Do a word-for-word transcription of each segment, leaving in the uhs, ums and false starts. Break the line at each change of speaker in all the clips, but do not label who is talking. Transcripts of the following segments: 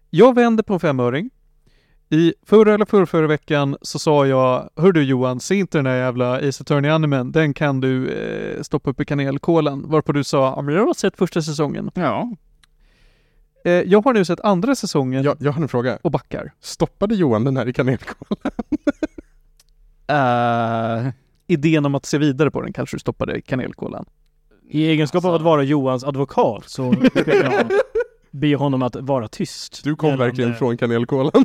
jag vänder på en femöring. I förra eller förra, förra veckan så sa jag, hör du Johan, se inte den här jävla Ace Attorney-animen, den kan du eh, stoppa upp i kanelkolan. Varpå du sa, ja men jag har sett första säsongen.
Ja.
Eh, jag har nu sett andra säsongen.
Jag, jag har en fråga.
Och backar.
Stoppade Johan den här i kanelkolan?
uh, idén om att se vidare på den kanske du stoppade i kanelkolan.
I egenskap av att vara Johans advokat så jag be honom att vara tyst.
Du kom verkligen från kanelkolan.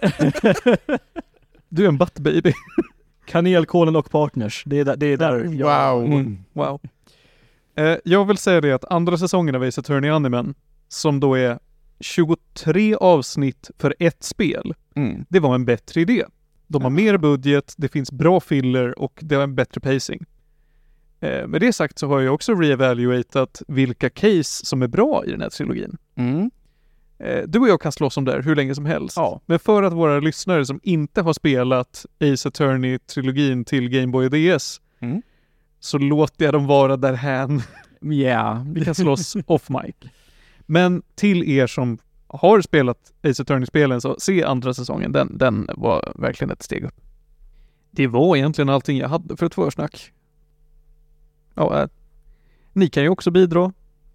Du är en butt baby.
Kanelkolen och partners. Det är där. Det är där
jag... Wow.
Mm. Wow. Eh, jag vill säga det att andra säsongen av Ace Attorney-animen, som då är tjugotre avsnitt för ett spel,
Mm.
det var en bättre idé. De har mer budget, det finns bra filler och det har en bättre pacing. Eh, med det sagt så har jag också reevaluatat vilka case som är bra i den här trilogin.
Mm.
Eh, du och jag kan slåss om det här hur länge som helst.
Ja.
Men för att våra lyssnare som inte har spelat Ace Attorney-trilogin till Game Boy och D S
Mm.
så låter jag dem vara därhän.
Ja, yeah.
Vi kan slåss off mic. Men till er som har spelat Ace Attorney-spelen så se andra säsongen. Den, den var verkligen ett steg upp. Det var egentligen allting jag hade för ett försnack. Ja, äh, ni kan ju också bidra.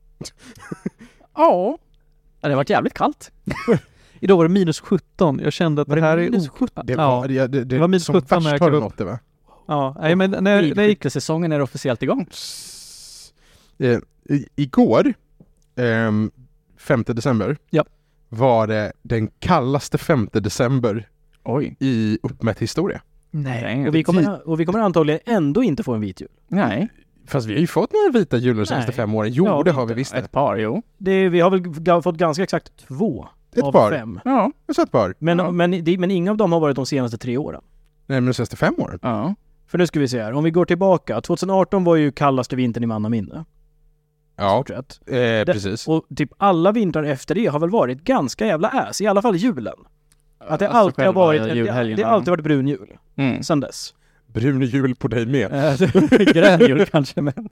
Ja. Det har varit jävligt kallt.
Idag var det minus sjutton. Jag kände att
var
det här
minus
är...
sjutton?
Det var, det, det,
det var minus
som
sjutton när
värst
jag
har
klev
du
upp.
nått det, va?
Ja, nej, men när, när gick...
Säsongen är officiellt igång.
Eh, i, igår, eh, femte december,
ja.
var det den kallaste femte december
Oj.
i uppmätt historia.
Nej. Och vi, kommer, och vi kommer antagligen ändå inte få en vit jul.
Nej.
Fast vi har ju fått några vita jular de senaste fem åren. Jo,
ja,
det har vi visst.
Ett par, jo.
Det, vi har väl g- fått ganska exakt två
ett
av
par.
fem.
Ja.
Jag sa ett par.
Men,
ja.
men, det, men inga av dem har varit de senaste tre åren.
Nej, men de senaste fem åren.
Ja.
För nu ska vi se här. Om vi går tillbaka. tjugo arton var ju kallaste vintern i mannaminne.
Ja,
eh,
det, precis.
Och typ alla vintrar efter det har väl varit ganska jävla ass. I alla fall julen. Att det
Alltså
alltid har varit det,
julhelgen,
det har alltid varit brun jul.
Mm.
Sen dess.
Brun jul på dig med.
Grön jul kanske, men...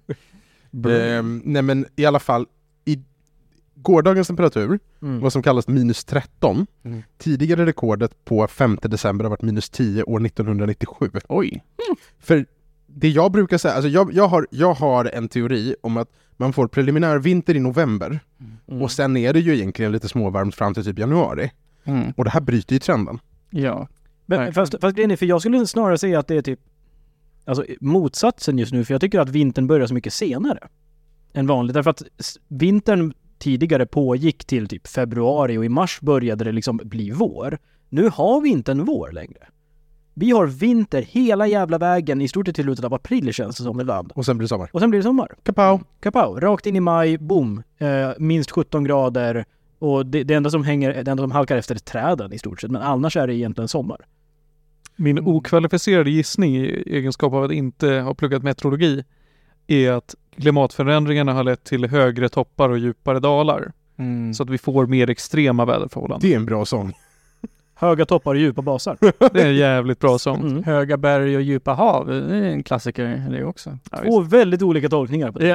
Ehm, nej, men i alla fall i gårdagens temperatur
Mm.
vad som kallas minus tretton.
Mm.
Tidigare rekordet på femte december har varit minus tio år nittonhundranittiosju.
Oj. Mm.
För det jag brukar säga, alltså jag, jag, har, jag har en teori om att man får preliminär vinter i november
Mm.
och sen är det ju egentligen lite småvarmt fram till typ januari.
Mm.
Och det här bryter ju trenden.
Ja.
Men, fast, fast grejen är, för jag skulle snarare säga att det är typ alltså motsatsen just nu, för jag tycker att vintern börjar så mycket senare än vanligt. Därför att s- vintern tidigare pågick till typ februari och i mars började det liksom bli vår. Nu har vi inte en vår längre. Vi har vinter hela jävla vägen i stort sett till slutet av april känns det som ibland.
Och sen blir det sommar.
Och sen blir det sommar.
Kapow!
Kapow. Rakt in i maj, boom. Eh, minst sjutton grader. Och det, det enda som hänger, det enda som halkar efter är träden i stort sett. Men annars är det egentligen sommar.
Min okvalificerade gissning i egenskap av att inte ha pluggat meteorologi är att klimatförändringarna har lett till högre toppar och djupare dalar.
Mm.
Så att vi får mer extrema väderförhållanden.
Det är en bra sång.
Höga toppar och djupa basar.
Det är en jävligt bra sång.
Mm.
Höga berg och djupa hav, det är en klassiker det också.
Ja,
Två väldigt olika tolkningar på det.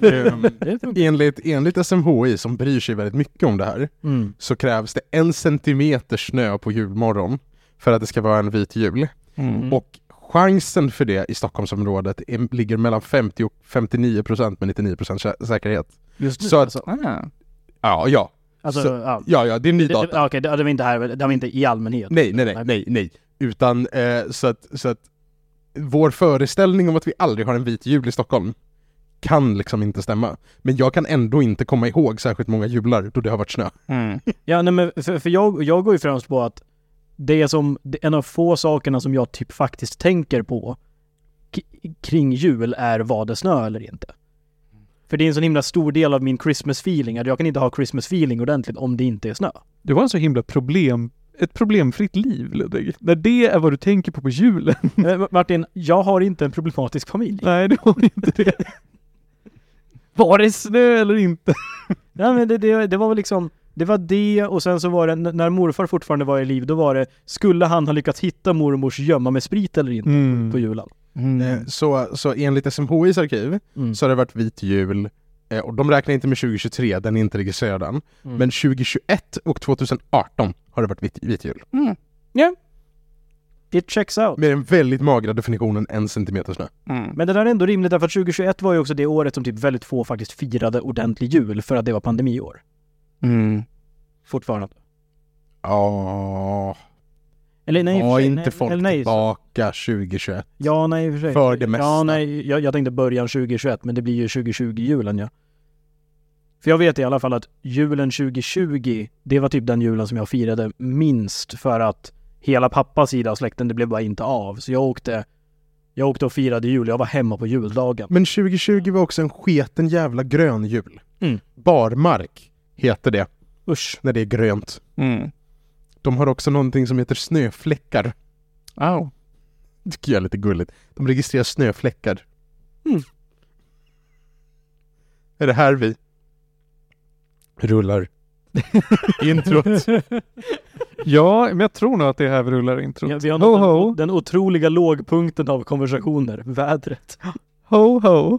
Ja.
enligt, enligt S M H I som bryr sig väldigt mycket om det här
Mm.
så krävs det en centimeter snö på julmorgon för att det ska vara en vit jul.
Mm.
Och chansen för det i Stockholmsområdet är, ligger mellan femtio och femtionio procent med nittionio procent sä- säkerhet.
Just nu,
Så att,
alltså.
Ah.
ja, ja.
Alltså,
Så,
ja.
ja, ja, det är ny
Det,
data.
det, okej, det, det var inte här, det var inte i allmänhet.
Nej, nej, nej, nej, nej. Utan eh, så, att, så att vår föreställning om att vi aldrig har en vit jul i Stockholm kan liksom inte stämma. Men jag kan ändå inte komma ihåg särskilt många jular då det har varit snö.
Mm.
Ja, nej, men för, för jag, jag går ju främst på att det är som det, en av få sakerna som jag typ faktiskt tänker på k- kring jul är vad det snö eller inte. För det är en så himla stor del av min Christmas feeling att jag kan inte ha Christmas feeling ordentligt om det inte är snö.
Det var en så himla problem, ett problemfritt liv, Ludvig. När det är vad du tänker på på julen.
Eh, Martin, jag har inte en problematisk familj.
Nej, det var inte det. Var det snö eller inte?
Ja, men det, det, det var väl liksom, det var det och sen så var det, n- när morfar fortfarande var i liv, då var det, skulle han ha lyckats hitta mormors gömma med sprit eller inte
Mm.
på julen?
Mm.
Eh, Så, så enligt S M H I:s arkiv
Mm.
så har det varit vit jul Eh, och de räknar inte med tjugo tjugotre, den är inte registrerad än.
Mm.
Men tjugo tjugoett och tjugo arton har det varit vit, vit jul.
Mm.
It checks out.
Med den väldigt magra definitionen en centimeter snö.
Mm.
Men det där är ändå rimligt därför att tjugo tjugoett var ju också det året som typ väldigt få faktiskt firade ordentlig jul för att det var pandemiår.
Mm.
Fortfarande.
Ja,
Eller nej, i och för
var
sig,
inte
nej,
folk
eller nej, så-
tillbaka tjugo tjugoett.
Ja, nej i och för sig.
För det mesta.
Ja, nej, jag, jag tänkte början tjugo tjugoett, men det blir ju tjugo tjugo julen, ja. För jag vet i alla fall att julen tjugo tjugo, det var typ den julen som jag firade minst för att hela pappas sida av släkten, det blev bara inte av. Så jag åkte, jag åkte och firade jul, jag var hemma på juldagen.
Men tjugo tjugo var också en sketen jävla grön jul.
Mm.
Barmark heter det,
Usch.
när det är grönt.
Mm.
De har också någonting som heter snöfläckar.
Oh.
Det tycker jag är lite gulligt. De registrerar snöfläckar.
Mm.
Är det här vi rullar introt?
Ja, men jag tror nog att det är här vi rullar introt.
Ja, vi har
ho,
nått
ho.
den, den otroliga lågpunkten av konversationer, vädret.
Ho, ho.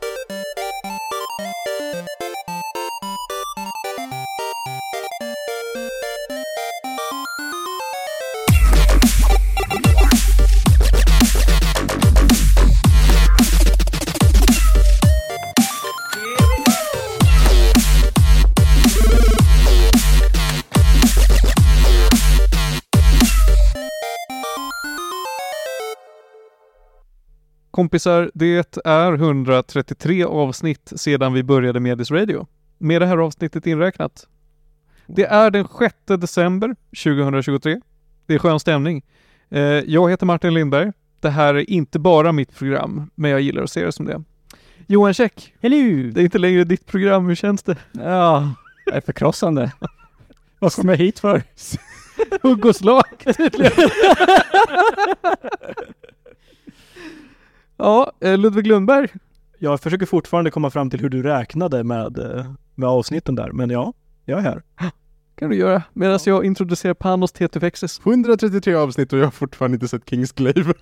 Kompisar, det är etthundratrettiotre avsnitt sedan vi började Medis Radio. Med det här avsnittet inräknat. Det är den sjätte december tjugohundratjugotre. Det är skön stämning. Eh, jag heter Martin Lindberg. Det här är inte bara mitt program, men jag gillar att se det som det. Johan Käck,
Hello!
det är inte längre ditt program. Hur känns det?
Ja, det är förkrossande. Vad kom jag hit för?
Hugg och slag. Ja, eh, Ludvig Lundberg.
Jag försöker fortfarande komma fram till hur du räknade med, eh, med avsnitten där, men ja, jag är här.
Kan du göra medan jag introducerar Panos Tetufexes.
etthundratrettiotre avsnitt och jag har fortfarande inte sett Kingsglaive.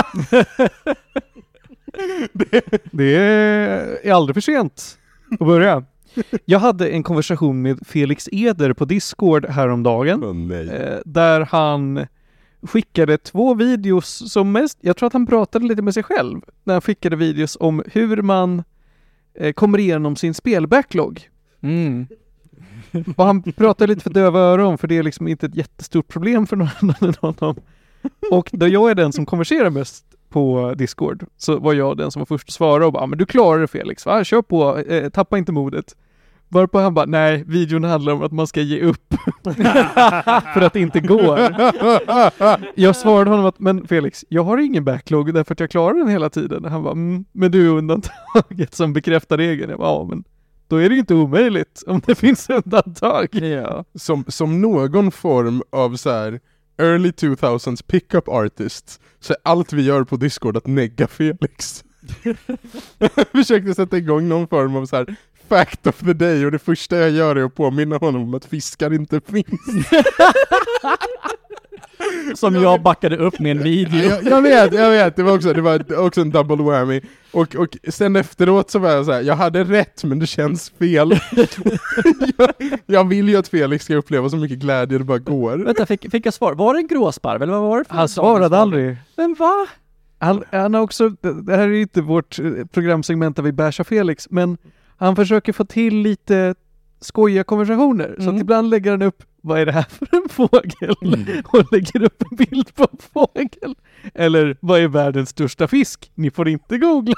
Det är aldrig för sent att börja. Jag hade en konversation med Felix Eder på Discord häromdagen.
Åh nej.
eh, där han skickade två videos som mest, jag tror att han pratade lite med sig själv när han skickade videos om hur man eh, kommer igenom sin spelbacklog.
Mm.
Och han pratade lite för döva öron för det är liksom inte ett jättestort problem för någon annan än honom. Och då jag är den som konverserar mest på Discord så var jag den som var först att svara och bara, men du klarar det Felix, va? Kör på, eh, tappa inte modet. Varpå han bara, nej, videon handlar om att man ska ge upp för att det inte går. Jag svarade honom att, men Felix, jag har ingen backlog därför att jag klarar den hela tiden. Han bara, mm, men du är undantaget som bekräftar regeln. Jag bara, ja, men då är det ju inte omöjligt om det finns undantag.
Ja.
Som, som någon form av så här early two thousands pickup artist så är allt vi gör på Discord att negga Felix. Jag försökte sätta igång någon form av så här fact of the day och det första jag gör är att påminna honom om att fiskar inte finns.
Som jag backade upp med en video.
jag, jag vet, jag vet, det var också, det var också en double whammy. Och, och sen efteråt så var jag så här, jag hade rätt men det känns fel. jag, jag vill ju att Felix ska uppleva så mycket glädje det bara går.
Vänta, fick, fick jag svar? Var det en gråsparv eller vad var det för
Han svarade aldrig.
Men va?
Han, han har också, det här är inte vårt eh, programsegment där vi bashar Felix, men han försöker få till lite skojiga konversationer. Så
Mm.
att ibland lägger han upp, vad är det här för en fågel?
Mm.
Och lägger upp en bild på en fågel. Eller, vad är världens största fisk? Ni får inte googla.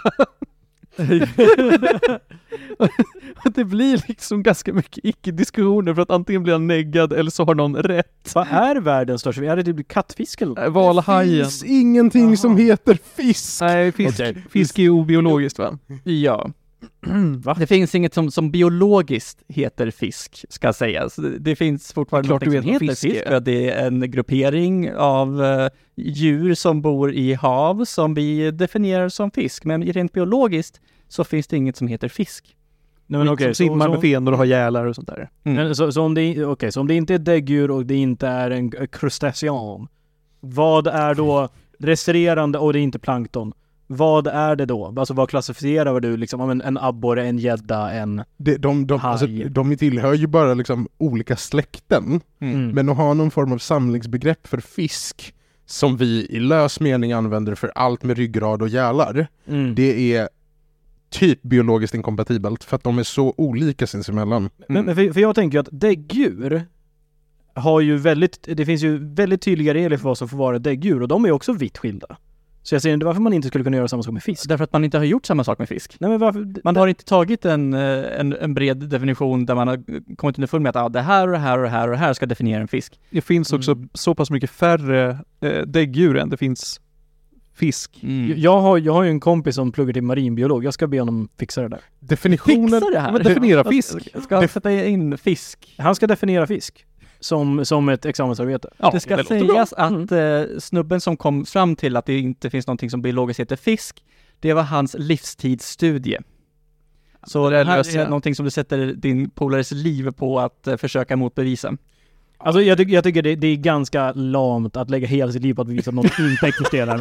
Och det blir liksom ganska mycket icke-diskussioner för att antingen blir han neggad eller så har någon rätt.
Vad är världens största? Är det typ kattfisk eller något?
Äh,
Det
Valhajen.
finns ingenting
Jaha.
som heter fisk.
Nej, fisk,
Okej.
fisk är ju obiologiskt va?
Ja.
Va?
Det finns inget som, som biologiskt heter fisk, ska sägas. Det, det finns fortfarande
Klart
något
du
som
vet vad
heter
fisk
fisk,
är.
för att det är en gruppering av uh, djur som bor i hav som vi definierar som fisk. Men rent biologiskt så finns det inget som heter fisk.
Nej, men okej,
som
så,
simmar med
så,
fenor och har gälar och sånt där.
Mm.
men, så, så, om det, okej, så om det inte är däggdjur och det inte är en krustation, vad är då resterande och det är inte plankton? vad är det då? Alltså vad klassificerar du liksom? En, en abborre, en gädda, en...
Det, de, de, alltså, de tillhör ju bara liksom olika släkten.
Mm.
Men att ha någon form av samlingsbegrepp för fisk som vi i lös mening använder för allt med ryggrad och gälar.
Mm.
Det är typ biologiskt inkompatibelt för att de är så olika sinsemellan. Mm.
Men, men för, för jag tänker ju att däggdjur har ju väldigt, det finns ju väldigt tydliga regler för vad som får vara däggdjur och de är ju också vitt skilda. Så jag ser inte varför man inte skulle kunna göra samma sak med fisk.
Därför att man inte har gjort samma sak med fisk.
Nej, men varför?
Man har inte tagit en, en, en bred definition där man har kommit underfund med att ah, det här och det här och det här och det här ska definiera en fisk.
Det finns också
Mm.
så pass mycket färre eh, däggdjur än det finns fisk.
Mm.
Jag har, jag har ju en kompis som pluggar till marinbiolog. Jag ska be honom fixa det där.
Definitionen...
Fixa det här?
Men definiera fisk.
Jag ska sätta in fisk.
Han ska definiera fisk som, som ett examensarbete.
Ja,
det ska
det låter
sägas
bra.
att eh, snubben som kom fram till att det inte finns någonting som biologiskt heter fisk, det var hans livstidsstudie. Så
det
det
där
här
löser
är
jag.
någonting som du sätter din polares liv på att eh, försöka motbevisa.
Alltså jag, tycker jag tycker det, det är ganska lamt att lägga hela sitt liv på att bevisa att något inte existerar.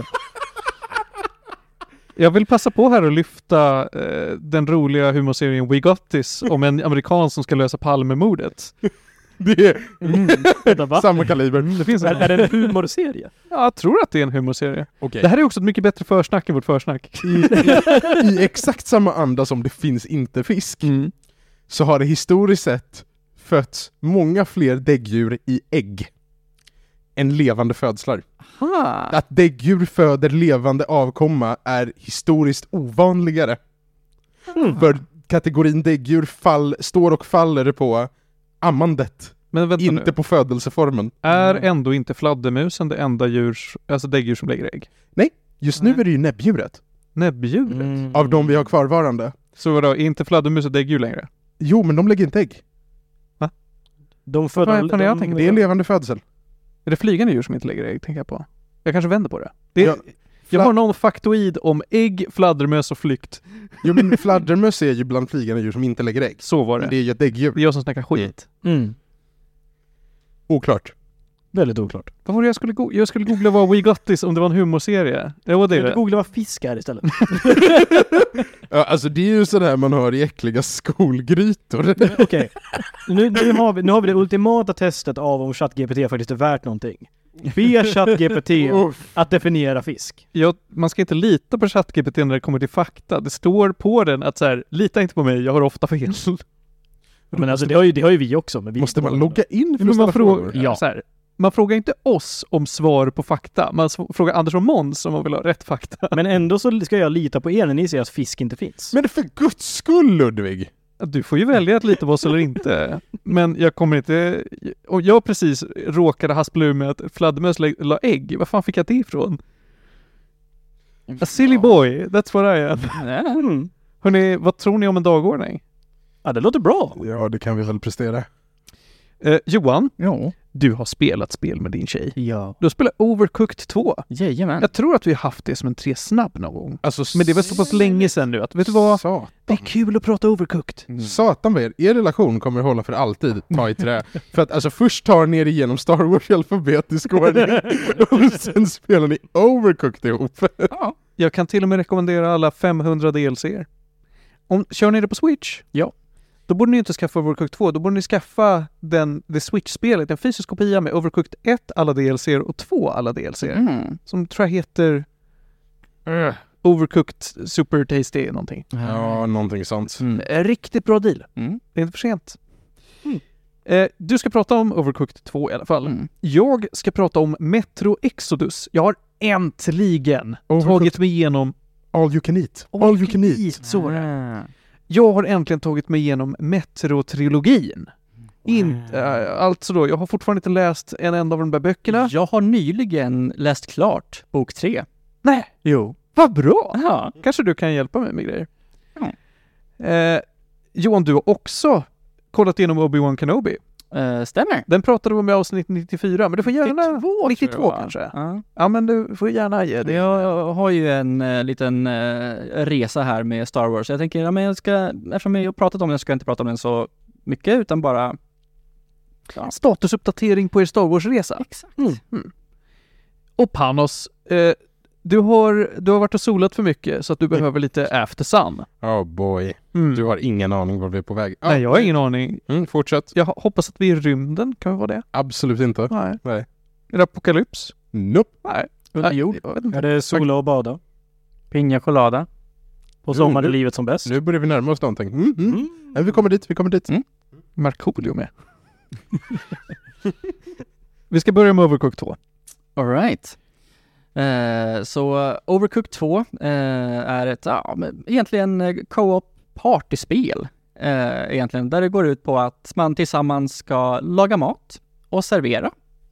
Jag vill passa på här och lyfta eh, den roliga humorserien We Got This om en amerikan som ska lösa Palmemordet.
Det är
Mm. Vänta, va?
samma kaliber.
Det finns
Är,
en,
är det en humorserie?
ja, jag tror att det är en humorserie.
Okej.
Det här är också ett mycket bättre försnack än vårt försnack.
I, i, I exakt samma anda som det finns inte fisk
Mm.
så har det historiskt sett fötts många fler däggdjur i ägg än levande födslar. Att däggdjur föder levande avkomma är historiskt ovanligare.
Mm.
För kategorin däggdjur fall, står och faller på ammandet,
Men vänta
inte
nu.
på födelseformen.
Är ändå inte fladdermusen det enda djur, alltså däggdjur som lägger ägg?
Just nu är det ju näbbdjuret
Näbbdjuret?
Mm.
av de vi har kvarvarande.
Så vadå, är inte fladdermus ett däggdjur längre?
Jo, men de lägger inte ägg.
De föder...
Vad fan är jag
de-
tänker?
Det är en levande födsel.
Är det flygande djur som inte lägger ägg, tänker jag på? Jag kanske vänder på det. det är,
Ja,
jag har någon faktoid om ägg, fladdermöss och flykt.
Jo, men fladdermöss är ju bland flygande djur som inte lägger ägg.
Så var
Men
det.
det är ju ett däggdjur.
Det är jag som snackar skit.
Mm.
Oklart.
Väldigt oklart.
Vad var det jag skulle googla? Jag skulle googla vad We Got This om det var en humorserie. Det var det.
Kan du
det.
googla vad fisk är istället?
Ja, alltså det är ju sådär man hör i äckliga skolgrytor.
Okej. Nu, nu, har vi, nu har vi det ultimata testet av om ChatGPT faktiskt är värt någonting. Be ChatGPT
Uff.
att definiera fisk.
Jag, man ska inte lita på ChatGPT när det kommer till fakta. Det står på den att så här, lita inte på mig, jag har ofta fel.
Men alltså det har ju, det har ju vi också. Men vi
Måste man logga in för
Men
att
man,
ställa
frågar,
frågor?
Ja.
så här, man frågar inte oss om svar på fakta. Man s- frågar Anders och Måns om man vill ha rätt fakta.
Men ändå så ska jag lita på er när ni säger att fisk inte finns.
Men för guds skull, Ludvig!
Du får ju välja att lita på oss eller inte. Men jag kommer inte... Och jag precis råkade haspla ur med att fladdermöss lä- la ägg. Var fan fick jag det ifrån? A silly boy, that's what I am.
Mm.
Hörrni, vad tror ni om en dagordning?
Ja, det låter bra.
Ja, det kan vi väl prestera.
Eh, Johan,
Ja.
du har spelat spel med din tjej.
Ja.
Du har spelat Overcooked två.
Jajamän.
Jag tror att vi har haft det som en tre snabb någon gång.
Alltså,
Men det var så pass länge sedan nu att, vet du vad?
Satan.
Det är kul att prata Overcooked.
Satan vad er, er relation kommer hålla för alltid, ta i trä. För att alltså först tar ni er igenom Star Wars i alfabetisk ordning och sen spelar ni Overcooked ihop.
Ja. Jag kan till och med rekommendera alla femhundra D L C-er. Om, kör ni det på Switch?
Ja.
Då borde ni inte skaffa Overcooked två, då borde ni skaffa den, det Switch-spelet, en fysisk kopia med Overcooked ett alla D L C-er och två alla D L C-er.
Mm.
Som tror jag heter uh, Overcooked Super Tasty någonting.
Ja, någonting sånt.
Mm.
Eh, Riktigt bra deal.
Mm.
Det är inte för sent.
Mm.
Eh, du ska prata om Overcooked två i alla fall.
Mm.
Jag ska prata om Metro Exodus. Jag har äntligen
Overcooked-
tagit mig igenom
All you can eat. All, you can eat.
Så var det.
Ah.
Jag har äntligen tagit mig igenom Metro-trilogin. In, äh, alltså då, jag har fortfarande inte läst en enda av de där böckerna.
Jag har nyligen läst klart bok tre.
Nej,
Jo.
vad bra!
Ja.
Kanske du kan hjälpa mig med grejer.
Mm.
Eh, Johan, du har också kollat igenom Obi-Wan Kenobi.
Uh, stämmer.
Den pratade vi om i avsnitt nittiofyra, men du får gärna...
nittiotvå,
nittiotvå
tror jag.
kanske.
Ja.
Ja, men du får gärna ge det.
Jag har ju en uh, liten uh, resa här med Star Wars. Jag tänker, ja, men jag ska, eftersom jag har pratat om den så ska jag inte prata om den så mycket, utan bara... Ja.
Statusuppdatering på er Star Wars-resa.
Exakt.
Mm. Och Panos, eh, Du har, du har varit och solat för mycket så att du behöver lite after sun.
Oh boy.
Mm.
Du har ingen aning var vi är på väg.
Nej, jag har ingen aning.
Mm, fortsätt.
Jag hoppas att vi är i rymden, kan vi vara det?
Absolut inte.
Nej.
Nej.
Är det apokalyps?
Nope.
Nej.
Under
Nej,
jord.
jag vet inte.
Är det sola och bada?
Pina colada.
På
Nu-
sommaren är
nu-
livet som bäst.
Nu börjar vi närma oss någonting. Mm, mm. Nej, vi kommer dit, vi kommer dit.
Mm.
Markoolio med. Vi ska börja med Overcooked två.
All right. Eh, så uh, Overcooked två eh, är ett ja, men egentligen eh, co-op partyspel. Eh, egentligen, där det går ut på att man tillsammans ska laga mat och servera.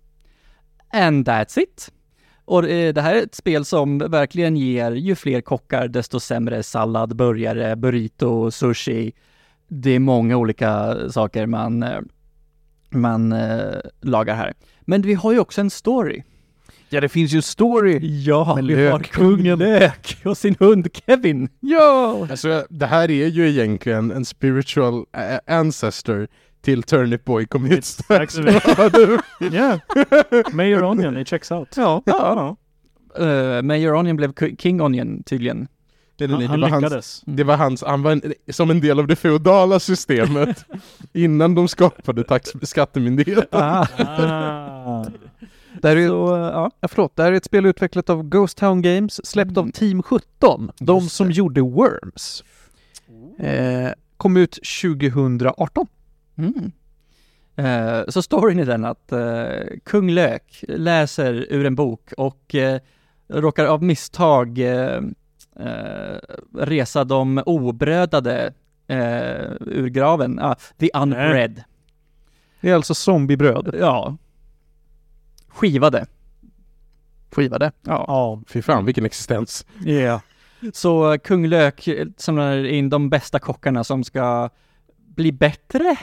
And that's it. Och eh, det här är ett spel som verkligen ger ju fler kockar desto sämre sallad, burgare, burrito, sushi. Det är många olika saker man, eh, man eh, lagar här. Men vi har ju också en story.
Ja, det finns ju story.
Ja,
Med
vi har
lök.
kungen Lök och sin hund Kevin.
Ja!
Alltså, det här är ju egentligen en spiritual a- ancestor till Turnip Boy kom hit strax.
Actually. Yeah. Mayor Onion, it checks out.
Ja.
Ja.
Uh, Mayor Onion blev K- King Onion tydligen.
Det, det,
Han,
det,
han
var hans,
lyckades.
det var hans, han var en, som en del av det feodala systemet innan de skapade tax, skattemyndigheten.
Ah.
Ah.
Det här är,
Så, uh, ja.
ja, förlåt, det här är ett spel utvecklat av Ghost Town Games, släppt av Team sjutton. De
Just
som
det.
gjorde Worms. Eh, kom ut tjugohundraarton.
Mm. Eh, så storyn är den att eh, kung Lök läser ur en bok och eh, råkar av misstag eh, eh, resa de obrödade eh, ur graven. Ah, the unbread.
Det är alltså zombiebröd.
Ja. Skivade.
Skivade.
Ja.
Ja.
Fy fan, vilken existens.
Yeah.
Så kung Lök samlar in de bästa kockarna som ska bli bättre,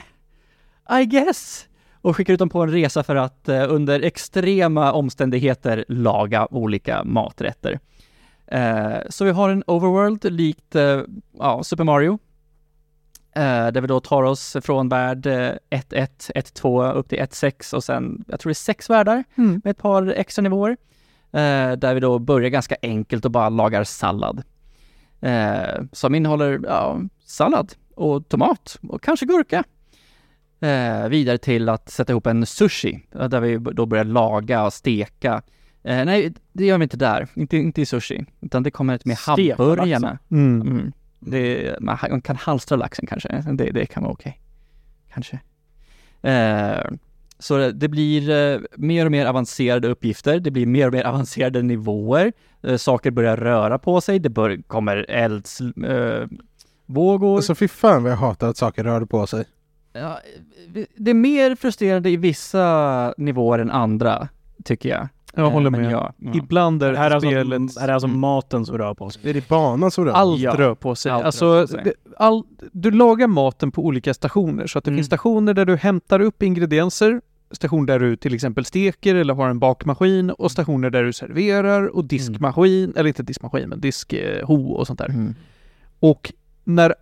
I guess. Och skickar ut dem på en resa för att eh, under extrema omständigheter laga olika maträtter. Eh, så vi har en overworld likt eh, ja, Super Mario. Eh, där vi då tar oss från värld eh, ett ett, ett två upp till ett sex och sen, jag tror det är sex världar
Mm.
med ett par extra nivåer. Eh, där vi då börjar ganska enkelt och bara lagar sallad. Eh, som innehåller ja, sallad och tomat och kanske gurka. Eh, vidare till att sätta ihop en sushi eh, där vi då börjar laga och steka. Eh, nej, det gör vi inte där. Inte, inte i sushi. Utan det kommer med
Steka
hamburgarna.
Mm.
Mm. Det, man, man kan halstra laxen kanske. Det, det kan vara okej. Kanske. Eh, så det, det blir eh, mer och mer avancerade uppgifter. Det blir mer och mer avancerade nivåer. Eh, saker börjar röra på sig. Det bör, kommer eldsvågor. Eh, vågor.
Alltså fy fan vad jag hatar att saker rör på sig.
Ja, det är mer frustrerande i vissa nivåer än andra, tycker jag.
Jag håller
Eh, men
med.
Ja, ja.
Ibland är
Det här är
spelet...
alltså, här är alltså maten som rör på sig.
Är det banan som rör?
Allt
Ja.
rör på sig.
Allt
alltså,
rör på sig.
Det, all, du lagar maten på olika stationer. Så att det
Mm.
finns stationer där du hämtar upp ingredienser. Stationer där du till exempel steker eller har en bakmaskin. Och stationer där du serverar. Och diskmaskin. Eller inte diskmaskin, men diskho och sånt där.
Mm.
Och när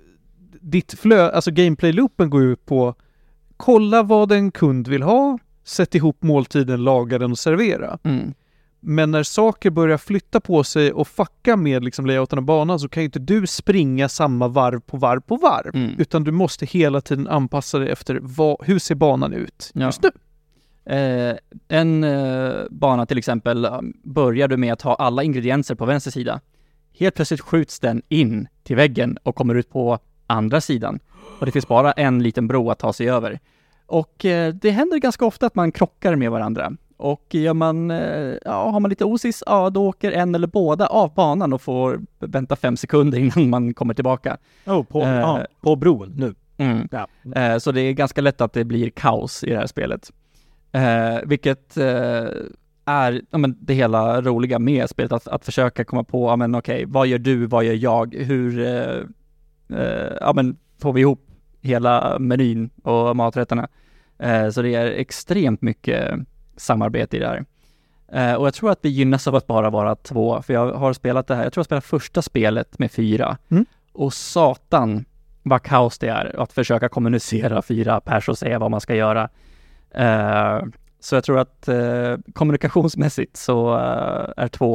ditt flö, alltså gameplay-loopen går ut på kolla vad en kund vill ha, sätt ihop måltiden, laga den och servera.
Mm.
Men när saker börjar flytta på sig och fucka med liksom layouten av banan så kan ju inte du springa samma varv på varv på varv.
Mm.
Utan du måste hela tiden anpassa dig efter vad, hur ser banan ut
Ja.
just nu.
Eh, en eh, bana till exempel um, börjar du med att ha alla ingredienser på vänster sida. Helt plötsligt skjuts den in till väggen och kommer ut på andra sidan. Och det finns bara en liten bro att ta sig över. Och eh, det händer ganska ofta att man krockar med varandra. Och gör man, eh, ja, har man lite osis, ja då åker en eller båda av banan och får vänta fem sekunder innan man kommer tillbaka.
Oh, på,
Eh.
ja, på bron nu.
Mm.
Ja.
Eh, så det är ganska lätt att det blir kaos i det här spelet. Eh, vilket eh, är ja, men det hela roliga med spelet, att, att försöka komma på, ja men okej, vad gör du, vad gör jag, hur eh, eh, ja, men får vi ihop hela menyn och maträtterna. Eh, så det är extremt mycket samarbete i det här. Eh, och jag tror att vi gynnas av att bara vara två, för jag har spelat det här, jag tror jag spelade första spelet med fyra.
Mm.
Och satan vad kaos det är att försöka kommunicera fyra pers och säga vad man ska göra. Uh, så jag tror att uh, kommunikationsmässigt så uh, är två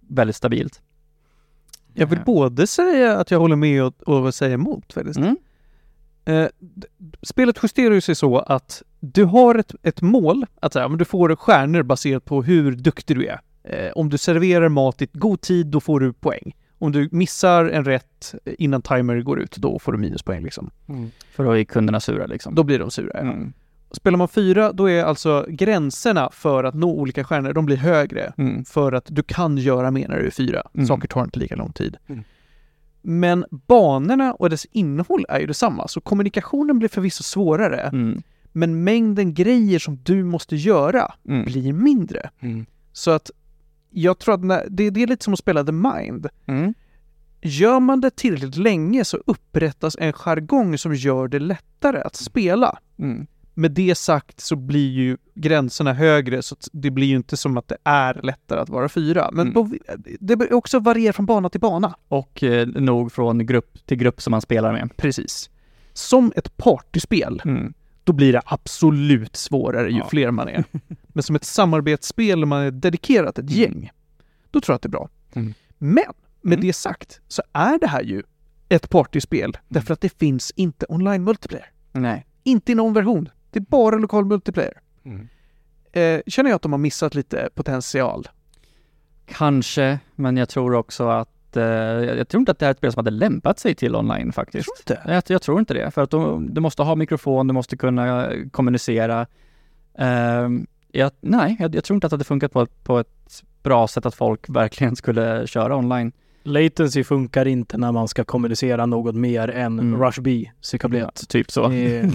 väldigt stabilt.
Jag vill både säga att jag håller med och, och säga emot faktiskt.
Mm.
Eh, d- spelet justerar ju sig så att du har ett, ett mål, att säga, men du får stjärnor baserat på hur duktig du är. Eh, om du serverar mat i god tid, då får du poäng. Om du missar en rätt innan timer går ut, då får du minuspoäng liksom.
Mm. För då är kunderna sura liksom.
Då blir de sura. Ja.
Mm.
Spelar man fyra, då är alltså gränserna för att nå olika stjärnor, de blir högre.
Mm.
För att du kan göra mer när du är fyra.
Mm.
Saker tar inte lika lång tid.
Mm.
Men banorna och dess innehåll är ju detsamma. Så kommunikationen blir förvisso svårare.
Mm.
Men mängden grejer som du måste göra
Mm.
blir mindre.
Mm.
Så att jag tror att när, det, det är lite som att spela The Mind.
Mm.
Gör man det tillräckligt länge så upprättas en jargong som gör det lättare att spela.
Mm.
Med det sagt så blir ju gränserna högre, så att det blir ju inte som att det är lättare att vara fyra. Men
Mm.
på, det blir också varierar från bana till bana.
Och eh, nog från grupp till grupp som man spelar med.
Precis. Som ett partyspel,
Mm.
då blir det absolut svårare ju
Ja.
fler man är. Men som ett samarbetsspel där man är dedikerat ett gäng, då tror jag att det är bra.
Mm.
Men med
Mm.
det sagt så är det här ju ett partyspel, därför att det finns inte online multiplayer.
Nej.
Inte i någon version. Det är bara lokal multiplayer.
Mm.
Eh, känner jag att de har missat lite potential.
Kanske, men jag tror också att eh, jag jag tror inte att det här är ett spel som hade lämpat sig till online faktiskt.
Tror inte.
Jag, jag tror inte det, för att du, du måste ha mikrofon, du måste kunna kommunicera. Ehm, jag, nej, jag, jag tror inte att det hade funkat på, ett- på ett bra sätt att folk verkligen skulle köra online.
Latency funkar inte när man ska kommunicera något mer än
Mm.
Rush B, cykelbiljett.
Typ så.
Eh,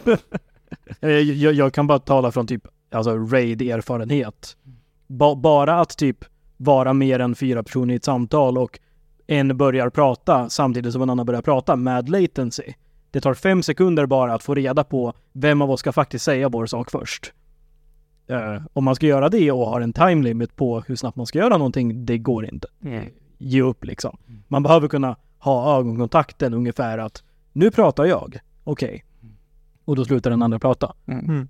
jag, jag, jag kan bara tala från typ alltså raid-erfarenhet. Ba, bara att typ vara mer än fyra personer i ett samtal och en börjar prata samtidigt som en annan börjar prata med latency. Det tar fem sekunder bara att få reda på vem av oss ska faktiskt säga vår sak först. Eh, om man ska göra det och har en time limit på hur snabbt man ska göra någonting, det går inte. Ge upp liksom. Man behöver kunna ha ögonkontakten ungefär att nu pratar jag, okej. Och då slutar den andra prata.
Mm.
Mm.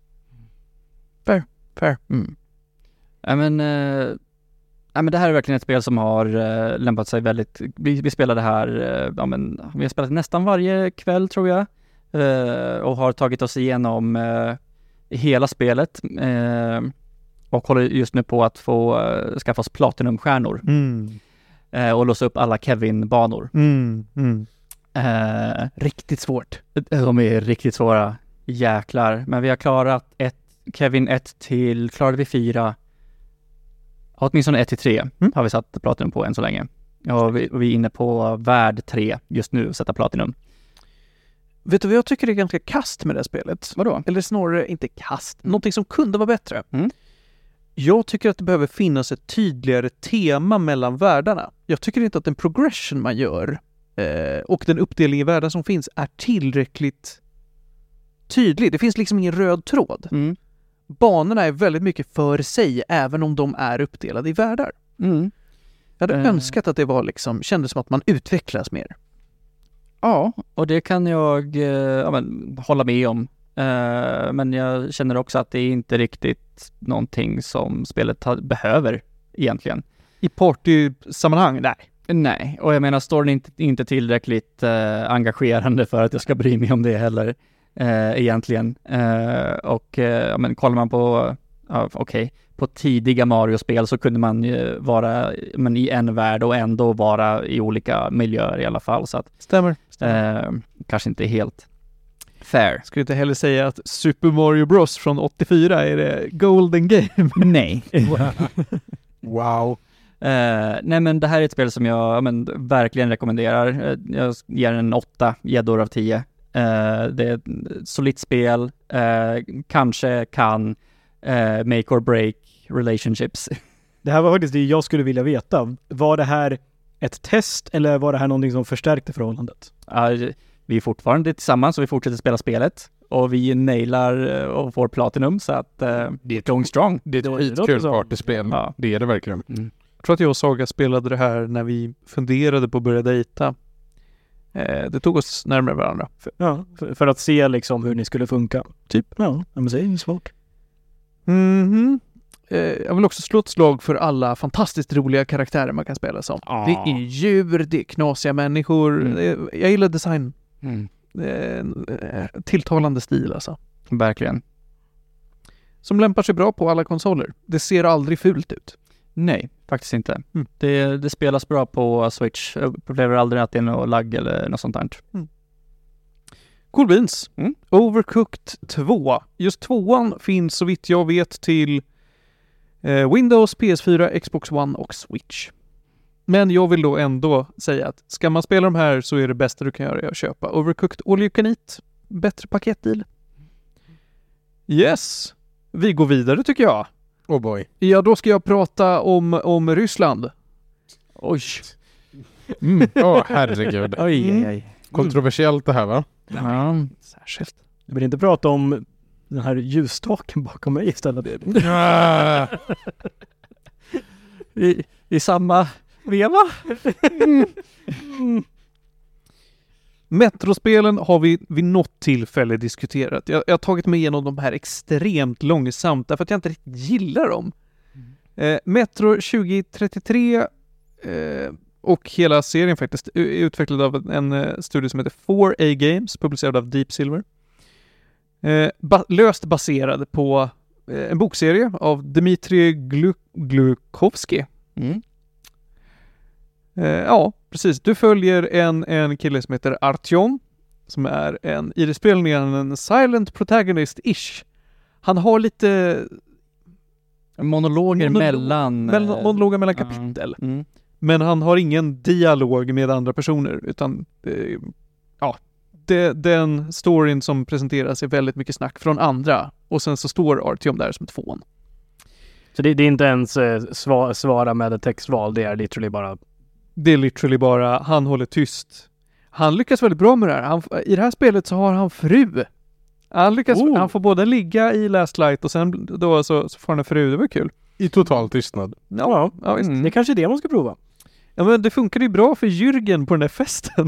Fair. Fair.
Mm. Ja, men, eh, ja, men det här är verkligen ett spel som har eh, lämpat sig väldigt... Vi, vi spelade här, eh, ja, men, vi har spelat nästan varje kväll tror jag. Eh, och har tagit oss igenom eh, hela spelet. Eh, och håller just nu på att få eh, skaffa oss platinumstjärnor.
Mm.
Eh, och låsa upp alla Kevin-banor.
Mm. Mm.
Eh,
Riktigt svårt.
de är riktigt svåra. Jäklar. Men vi har klarat ett, Kevin ett till, klarade vi fyra. Åtminstone ett till tre
Mm.
har vi satt platinum på än så länge. Ja, vi, och vi är inne på värld tre just nu, sätta platinum.
Vet du vad jag tycker är ganska kast med det här spelet?
Vadå?
Eller snarare inte kast. Någonting som kunde vara bättre.
Mm.
Jag tycker att det behöver finnas ett tydligare tema mellan världarna. Jag tycker inte att den progression man gör eh, och den uppdelning i världar som finns är tillräckligt tydlig. Det finns liksom ingen röd tråd.
Mm.
Banorna är väldigt mycket för sig, även om de är uppdelade i världar.
Mm.
Jag hade
Eh.
önskat att det var liksom, kändes som att man utvecklas mer.
Ja, och det kan jag eh, ja, men, hålla med om. Eh, men jag känner också att det är inte riktigt någonting som spelet ha, behöver egentligen.
I party-sammanhang, nej.
Nej, och jag menar storyn är inte, inte tillräckligt eh, engagerande för att jag ska bry mig om det heller eh, egentligen. Eh, och eh, ja, men kollar man på, ja, okej, på tidiga Mario-spel så kunde man ju vara men, i en värld och ändå vara i olika miljöer i alla fall. Så att
Stämmer.
eh, kanske inte helt fair.
Skulle inte heller säga att Super Mario Bros från åttiofyra är det golden game.
Nej.
Wow.
Eh, nej men det här är ett spel som jag ja, men, verkligen rekommenderar. Eh, jag ger en åtta gäddor av tio. Eh, det är ett solitt spel. Eh, kanske kan eh, make or break relationships.
Det här var faktiskt det jag skulle vilja veta. Var det här ett test eller var det här någonting som förstärkte förhållandet?
Uh, vi är fortfarande tillsammans och vi fortsätter spela spelet. Och vi nailar uh, och får platinum så att uh,
Det är ett,
going strong.
det är ett
Det låter
skitkul
som-
partyspel.
Ja.
Det är det verkligen.
Mm.
Jag tror att jag och Saga spelade det här när vi funderade på att börja dejta. Eh, det tog oss närmare varandra.
För, ja, för, för att se liksom hur ni skulle funka. Typ, ja, men säg svårt.
Mhm. eh, jag vill också slå ett slag för alla fantastiskt roliga karaktärer man kan spela som.
Ah.
Det är djur, det är knasiga människor.
Mm.
Eh, jag gillar design.
Mm.
Eh, tilltalande stil alltså.
Verkligen.
Som lämpar sig bra på alla konsoler. Det ser aldrig fult ut.
Nej, faktiskt inte.
Mm.
Det, det spelas bra på Switch. Jag upplever aldrig att det är något lagg eller något sånt där.
Mm. Cool beans.
Mm.
Overcooked två. Just tvåan finns så vitt jag vet till eh, Windows, P S fyra, Xbox One och Switch. Men jag vill då ändå säga att ska man spela de här så är det bästa du kan göra att köpa Overcooked All You Can Eat. Bättre paketdeal. Yes. Vi går vidare tycker jag.
Oh boy.
Ja, då ska jag prata om, om Ryssland. Oj.
Mm. Åh, herregud.
Oj,
Mm.
oj, oj.
Kontroversiellt det här, va?
Ja.
Särskilt.
Jag vill inte prata om den här ljusstaken bakom mig istället.
I, I samma veva.
Metrospelen har vi vid något tillfälle diskuterat. Jag, jag har tagit mig igenom de här extremt långsamt därför att jag inte riktigt gillar dem. Mm. Eh, Metro tjugo trettiotre eh, och hela serien faktiskt är utvecklad av en, en uh, studio som heter four A Games, publicerad av Deep Silver. Eh, ba- löst baserad på eh, en bokserie av Dmitri Glu- Glukovsky.
Mm.
Eh, ja, precis. Du följer en, en kille som heter Artyom som är en, i det spelningen en silent protagonist-ish. Han har lite
Monologer
Monolog-
mellan...
mellan,
eh,
monologer mellan
ja.
kapitel.
Mm.
Men han har ingen dialog med andra personer utan eh, ja, det, den storyn som presenteras är väldigt mycket snack från andra och sen så står Artyom där som ett fån.
Så det, det är inte ens eh, sva, svara med ett textval, det är literally bara...
Det är literally bara, han håller tyst. Han lyckas väldigt bra med det här. Han, i det här spelet så har han fru. Han lyckas,
Oh.
han får både ligga i Last Light och sen då så, så får han en fru. Det var kul.
I total tystnad.
Ja, ja visst.
Mm.
Det är kanske är det man ska prova.
Ja, men det funkade ju bra för Jürgen på den där festen.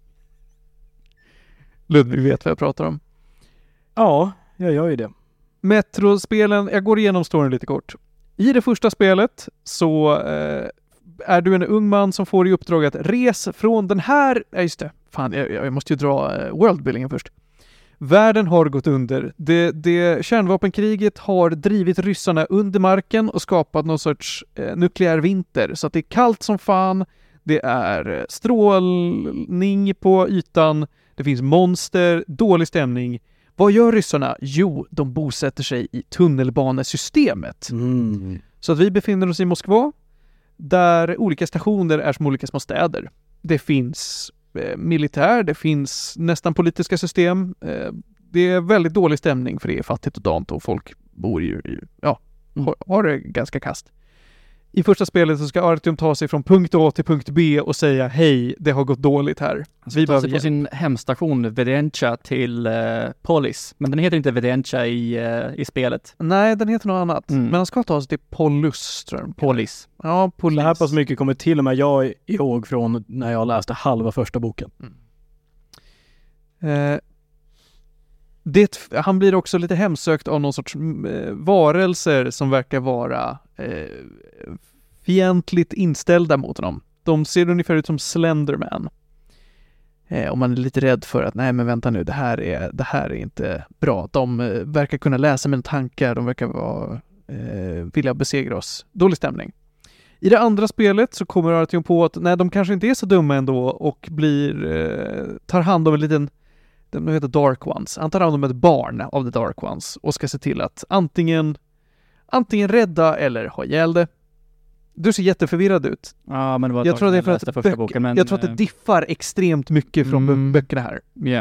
Ludvig vet vad jag pratar om.
Ja, jag gör ju det.
Metrospelen, jag går igenom storyn lite kort. I det första spelet så eh, är du en ung man som får i uppdrag att resa från den här... Ja, just det. Fan, jag, jag måste ju dra eh, worldbuildingen först. Världen har gått under. Det, det kärnvapenkriget har drivit ryssarna under marken och skapat någon sorts eh, nukleär vinter. Så att det är kallt som fan. Det är strålning på ytan. Det finns monster, dålig stämning. Vad gör ryssarna? Jo, de bosätter sig i tunnelbanesystemet.
Mm.
Så att vi befinner oss i Moskva där olika stationer är som olika små städer. Det finns eh, militär, det finns nästan politiska system. Eh, det är väldigt dålig stämning för det är fattigt och dant och folk bor ju i, ja, har, har det ganska kast. I första spelet så ska Artyom ta sig från punkt A till punkt B och säga hej, det har gått dåligt här.
Vi
Vi
tar sig
behöver
på sin hemstation Vedencha till uh, Polis. Men den heter inte Vedencha i, uh, i spelet.
Nej, den heter något annat.
Mm.
Men han ska ta sig till Polis, tror jag.
Polis.
Ja, Polis.
Det här pass mycket kommer till och med jag ihåg från när jag läste halva första boken.
Eh, det, han blir också lite hemsökt av någon sorts eh, varelser som verkar vara eh, fientligt inställda mot honom. De ser ungefär ut som Slenderman. Eh, och man är lite rädd för att nej men vänta nu, det här är, det här är inte bra. De eh, verkar kunna läsa mina tankar, de verkar vara, eh, vilja besegra oss. Dålig stämning. I det andra spelet så kommer Artyom på att nej, de kanske inte är så dumma ändå och blir, eh, tar hand om en liten, de heter Dark Ones. Han tar hand om ett barn av The Dark Ones och ska se till att antingen, antingen rädda eller ha ihjäl det. Du ser jätteförvirrad ut.
Ja, men det var ett
Jag
tag
tror,
sedan
det är för
läste
att
första
böcker,
boken. Men,
jag tror att det
eh,
diffar extremt mycket från
Mm.
böckerna här.
Ja.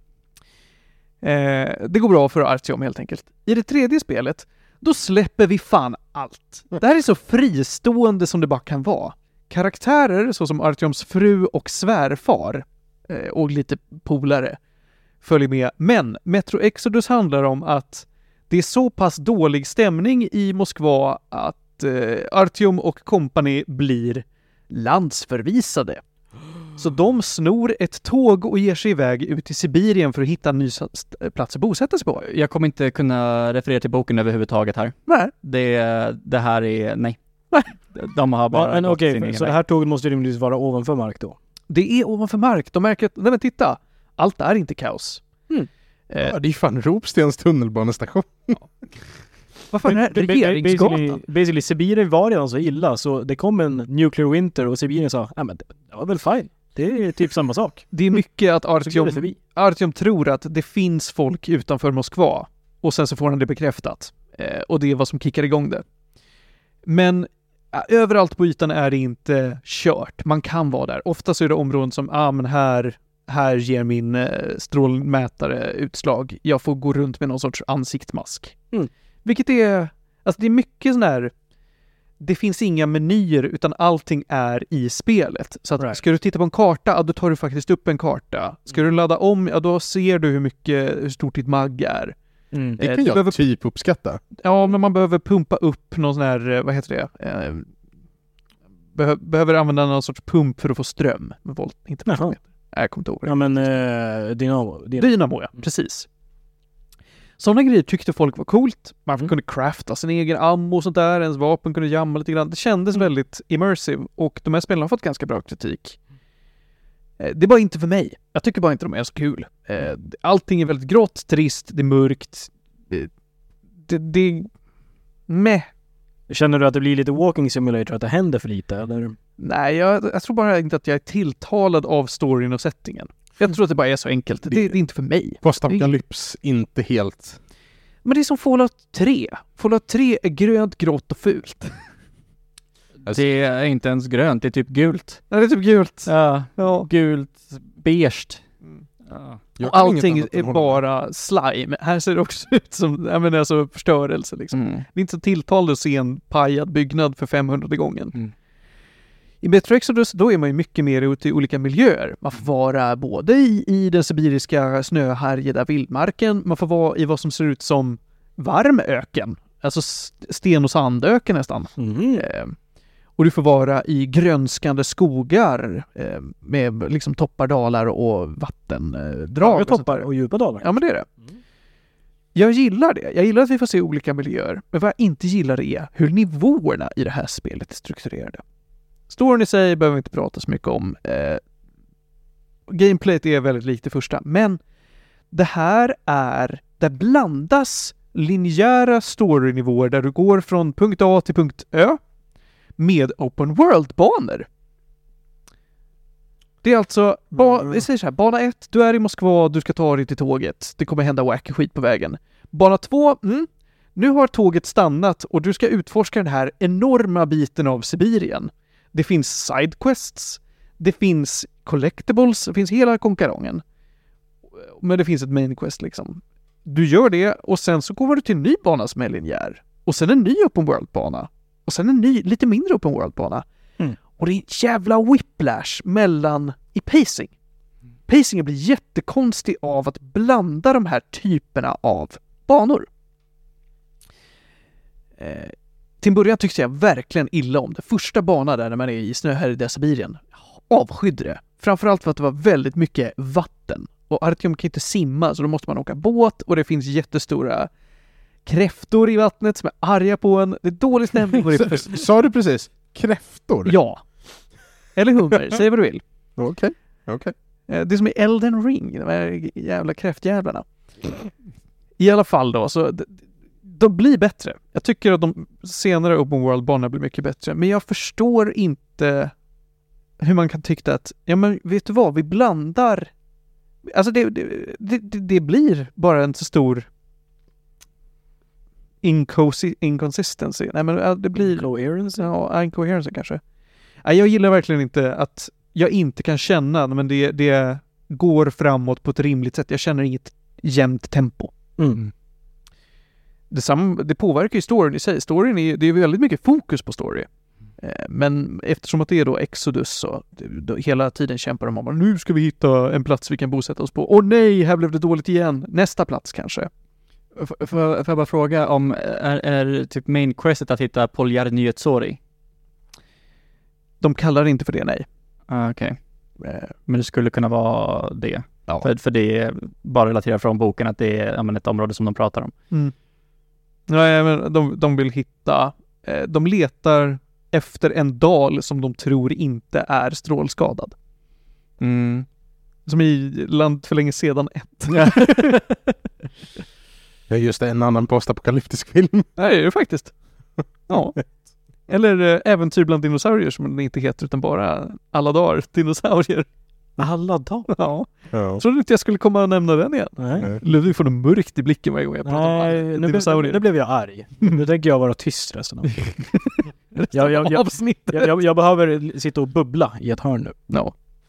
Eh, det går bra för Artyom helt enkelt. I det tredje spelet, då släpper vi fan allt. Det här är så fristående som det bara kan vara. Karaktärer såsom Artyoms fru och svärfar eh, och lite polare följer med. Men Metro Exodus handlar om att det är så pass dålig stämning i Moskva att eh, Artyom och kompani blir landsförvisade. Så de snor ett tåg och ger sig iväg ut i Sibirien för att hitta en ny plats att bosätta sig på.
Jag kommer inte kunna referera till boken överhuvudtaget här.
Nej.
Det, det här är, nej.
Nej.
De har bara...
Ja, men
gått
okej,
sin
okay,
egen
så
väg.
det här tåget måste rimligtvis vara ovanför mark då?
Det är ovanför mark. De märker att, nej men titta, allt är inte kaos.
Mm.
Eh,
Ja, det är fan Ropstens tunnelbanestation.
vad fan är det?
Ba- ba-
Regeringsgatan?
Basically, basically, Sibirien var redan så illa så det kom en nuclear winter och Sibirien sa ja men det, det var väl fine. Det är typ samma sak.
Det är mycket att
Så går
Artyom,
det förbi.
Artyom tror att det finns folk utanför Moskva och sen så får han det bekräftat. Eh, och det är vad som kickar igång det. Men ja, överallt på ytan är det inte kört. Man kan vara där. Ofta så är det områden som, ah men här, här ger min eh, strålmätare utslag. Jag får gå runt med någon sorts ansiktsmask.
Mm.
Vilket är, alltså det är mycket sån där, det finns inga menyer utan allting är i spelet. Så att
Right.
ska du titta på en karta, ja, då tar du faktiskt upp en karta. Ska du ladda om, ja då ser du hur mycket, hur stort ditt mag är.
Mm.
Det
Eh,
kan
du
jag
behöver-
typ uppskatta.
Ja, men man behöver pumpa upp någon sån här, eh, vad heter det? Eh, behö- behöver använda någon sorts pump för att få ström med volt. Inte
Jaha.
voltmeter. Nej, jag kommer inte ihåg det.
Ja men uh, Dynamo. Dynamo.
Dynamo, ja. Precis. Sådana grejer tyckte folk var coolt. Man
Mm.
kunde crafta sin egen ammo och sånt där. Ens vapen kunde jamma lite grann. Det kändes
Mm.
väldigt immersive och de här spelarna har fått ganska bra kritik. Eh, Det är bara inte för mig. Jag tycker bara inte de är så kul. Eh, Allting är väldigt grått, trist, det är mörkt. Det... det, det meh.
Känner du att det blir lite walking simulator, att det händer för lite eller?
Nej, jag, jag tror bara inte att jag är tilltalad av storyn och settingen. Jag tror att det bara är så enkelt. Det, det är inte för mig.
Postapokalyps, inte helt.
Men det är som Fallout tre. Fallout tre är grönt, grått och fult.
Alltså-
Det är inte ens grönt, det är typ gult.
Nej, det är typ gult.
Ja,
Ja.
gult, beige. Ja.
Jag
Och
kan inget
allting
annat än
är
hålla med.
bara slime. Här ser det också ut som, jag menar alltså förstörelse liksom.
Mm.
Det är inte så tilltalande att se en pajad byggnad för femhundrade gången.
Mm.
I Metro Exodus, då är man ju mycket mer ute i olika miljöer. Man får vara både i, i den sibiriska snöhärjade vildmarken, man får vara i vad som ser ut som varm öken. Alltså st- sten- och sandöken nästan.
Mm.
Eh, och du får vara i grönskande skogar eh, med liksom toppar, dalar och vattendrag.
Höga toppar och djupa dalar.
Ja, men det är det.
Mm.
Jag gillar det. Jag gillar att vi får se olika miljöer. Men vad jag inte gillar är hur nivåerna i det här spelet är strukturerade. Storyn i sig behöver vi inte prata så mycket om. Eh, gameplayet är väldigt likt det första. Men det här är, där blandas linjära storynivåer där du går från punkt A till punkt Ö med open world-banor. Det är alltså, ba-
Mm.
vi säger så här, bana ett, du är i Moskva, du ska ta dig till tåget. Det kommer hända wacky skit på vägen. Bana två, mm, nu har tåget stannat och du ska utforska den här enorma biten av Sibirien. Det finns sidequests, det finns collectibles, det finns hela konkarongen. Men det finns ett main quest liksom. Du gör det och sen så kommer du till en ny bana som är linjär. Och sen en ny open world-bana. Och sen en ny, lite mindre open world-bana.
Mm.
Och det är en jävla whiplash mellan i pacing. Pacingen blir jättekonstig av att blanda de här typerna av banor. Eh, till en början tyckte jag verkligen illa om det. Första banan där när man är i snöhärjade Sibirien. Avskydde det. Framförallt för att det var väldigt mycket vatten. Och Artyom kan inte simma så då måste man åka båt och det finns jättestora kräftor i vattnet som är arga på en. Det är dålig stämning på det.
S- Sa du precis? Kräftor?
Ja. Eller hummer, säg vad du vill.
Okej, okej.
Eh, Det är som i Elden Ring, de här jävla kräftjävlarna. I alla fall då, så d- de blir bättre. Jag tycker att de senare open world-banorna blir mycket bättre. Men jag förstår inte hur man kan tycka att, ja men vet du vad, vi blandar. Alltså det, det, det, det blir bara en så stor inconsi- inconsistency. Nej men ja, det blir...
Coherence?
Ja, incoherence kanske. Nej, jag gillar verkligen inte att jag inte kan känna, men det, det går framåt på ett rimligt sätt. Jag känner inget jämnt tempo.
Mm.
Detsamma, det påverkar ju storyn i sig. Storyn är, det är väldigt mycket fokus på story. Eh, Men eftersom att det är då Exodus så det, då, hela tiden kämpar de om att nu ska vi hitta en plats vi kan bosätta oss på. Åh nej, här blev det dåligt igen. Nästa plats kanske.
F- Får får jag bara fråga om, är, är typ main questet att hitta Poljarnyetsori?
De kallar det inte för det, nej.
Ah, okej.
Eh,
Men det skulle kunna vara det.
Ja.
För, för det är bara relaterat från boken att det är ja, men ett område som de pratar om.
Mm. Nej, men de, de vill hitta, eh, de letar efter en dal som de tror inte är strålskadad.
Mm.
Som i Land för länge sedan ett.
Ja, just det, en annan postapokalyptisk film.
Nej, det är det faktiskt. Ja. Eller äh, Äventyr bland dinosaurier som den inte heter utan bara Alla dagar dinosaurier.
Alla dagar?
Ja.
Ja.
Trodde inte jag skulle komma och nämna den igen.
Nej.
Ludvig får något mörkt i blicken varje gång jag pratar
Nej,
om
nu, blev,
dinosaurier.
nu blev jag arg. Nu tänker jag vara tyst resten av jag, jag, jag,
avsnittet.
jag, jag, jag behöver sitta och bubbla i ett hörn nu.
Ja.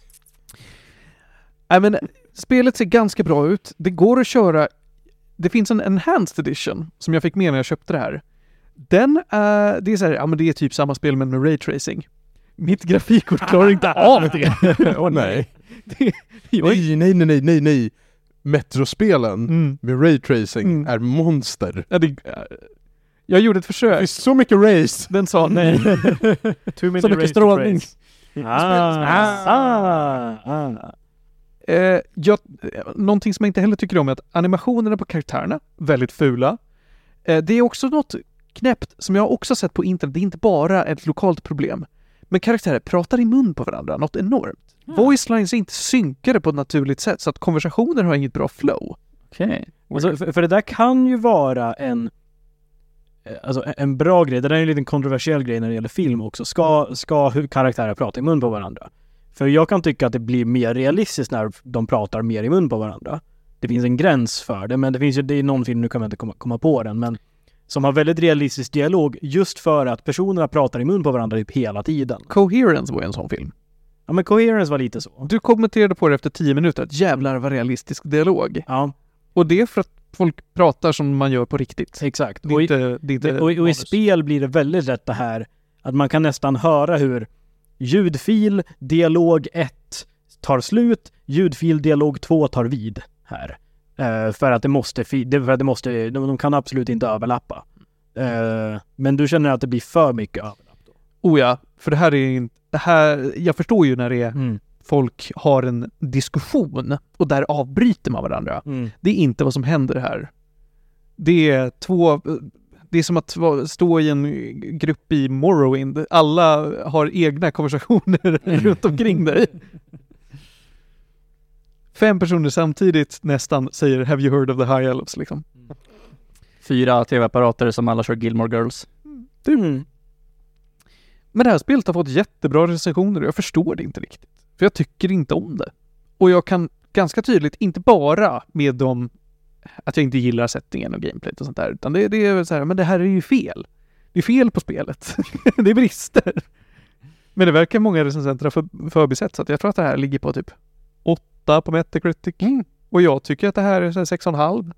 Nej, men spelet ser ganska bra ut. Det går att köra. Det finns en enhanced edition som jag fick med när jag köpte det här. Den är, det är så här, ja men det är typ samma spel men med raytracing. Mitt grafikkort klarar inte av det.
Åh nej.
det jag är,
Nej, nej, nej, nej, nej, nej. Metrospelen
mm,
med raytracing
Mm.
är monster.
ja, det, jag gjorde ett
Det
försök.
finns så mycket race.
Den sa nej.
Too many
Så mycket
race to
strålning.
trace. Ah, ah, ah.
Eh, jag, någonting som jag inte heller tycker om är att animationerna på karaktärerna väldigt fula. Eh, det är också något knäppt som jag också sett på internet. Det är inte bara ett lokalt problem. Men karaktärer pratar i mun på varandra, något enormt.
Mm.
Voice lines är inte synkade på ett naturligt sätt så att konversationer har inget bra flow.
Okej.
Alltså, för, för det där kan ju vara en eh, alltså en bra grej. Det där är en liten kontroversiell grej när det gäller film också. Ska, ska hur karaktärer prata i mun på varandra? För jag kan tycka att det blir mer realistiskt när de pratar mer i mun på varandra. Det finns en gräns för det, men det finns ju, det är någon film, nu kan man inte komma, komma på den, men som har väldigt realistisk dialog just för att personerna pratar i mun på varandra typ hela tiden.
Coherence var ju en sån film.
Ja, men Coherence var lite så.
Du kommenterade på det efter tio minuter att jävlar vad realistisk dialog.
Ja,
Och det är för att folk pratar som man gör på riktigt.
exakt.
Det är
Och i,
inte, det är inte
det, och, och i
manus.
spel blir det väldigt lätt det här att man kan nästan höra hur ljudfil, dialog ett tar slut, ljudfil, dialog två tar vid här. Uh, för att det måste, fi- det, för att det måste, de, de kan absolut inte överlappa. Uh, men du känner att det blir för mycket överlapp då?
Oh ja, för det här är inte, det här, jag förstår ju när det är
Mm.
folk har en diskussion och där avbryter man varandra.
Mm.
Det är inte vad som händer här. Det är två, det är som att va- stå i en grupp i Morrowind. Alla har egna konversationer runt omkring dig. Fem personer samtidigt nästan säger "Have you heard of the High Elves?" liksom.
Fyra tv-apparater som alla kör Gilmore Girls.
Mm.
Men det här spelet har fått jättebra recensioner och jag förstår det inte riktigt. För jag tycker inte om det. Och jag kan ganska tydligt, inte bara med dem att jag inte gillar settingen och gameplayt och sånt där, utan det, det är så här, men det här är ju fel. Det är fel på spelet. Det är brister. Men det verkar många recensenter ha för, förbisett, så att jag tror att det här ligger på typ åtta på Metacritic. Mm. Och jag tycker att det här är så här sex och en halv.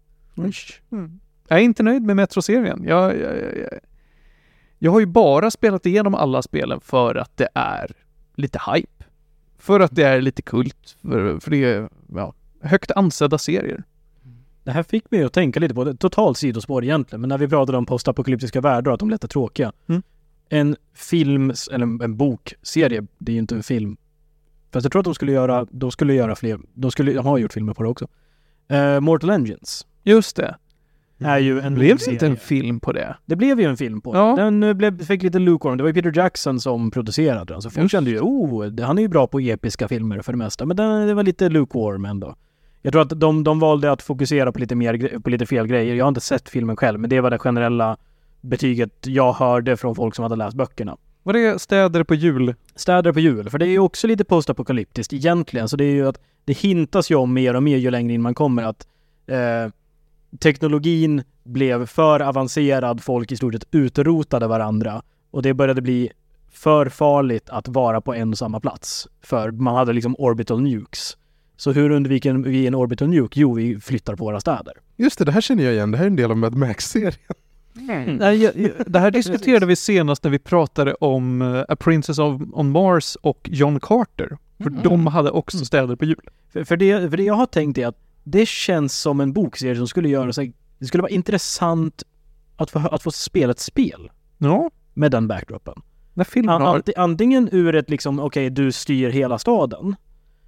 Mm. Jag är inte nöjd med Metro-serien. Jag, jag, jag, jag har ju bara spelat igenom alla spelen för att det är lite hype. För att det är lite kult. För, för det är ja, högt ansedda serier.
Det här fick mig att tänka lite på det. Totalt sidospår egentligen. Men när vi pratade om postapokalyptiska världar och att de lät tråkiga.
Mm.
En film, eller en, en bokserie, det är ju inte en film. Fast jag tror att de skulle göra, de skulle göra fler, de skulle, de har gjort filmer på det också. Uh, Mortal Engines
Just det.
är ju en
Blev det
serie.
inte en film på det?
Det blev ju en film på
Ja.
den. Den blev, fick lite lukewarm. Det var ju Peter Jackson som producerade den. Så folk
Just.
kände ju, oh, det- han är ju bra på episka filmer för det mesta. Men den, det var lite lukewarm ändå. Jag tror att de, de valde att fokusera på lite, mer, gre- på lite fel grejer. Jag har inte sett filmen själv, men det var det generella betyget jag hörde från folk som hade läst böckerna.
Var det städer på jul?
Städer på jul, för det är ju också lite postapokalyptiskt egentligen. Så det är ju att det hintas ju om mer och mer ju längre in man kommer att eh, teknologin blev för avancerad, folk i stort sett utrotade varandra och det började bli för farligt att vara på en och samma plats. För man hade liksom orbital nukes. Så hur undviker vi en orbital nuke? Jo, vi flyttar på våra städer.
Just det, det här känner jag igen. Det här är en del av Mad Max-serien.
Mm.
Nej, jag, jag, det här diskuterade vi senast när vi pratade om uh, A Princess of, on Mars och John Carter. För
Mm.
de hade också städer på jul.
För, för, det, för det jag har tänkt är att det känns som en bokserie som skulle göra sig... Det skulle vara intressant att få, att få spela ett spel
Ja,
med den backdropen.
när filmen
An,
har...
anti, antingen ur ett liksom, okej, du styr hela staden.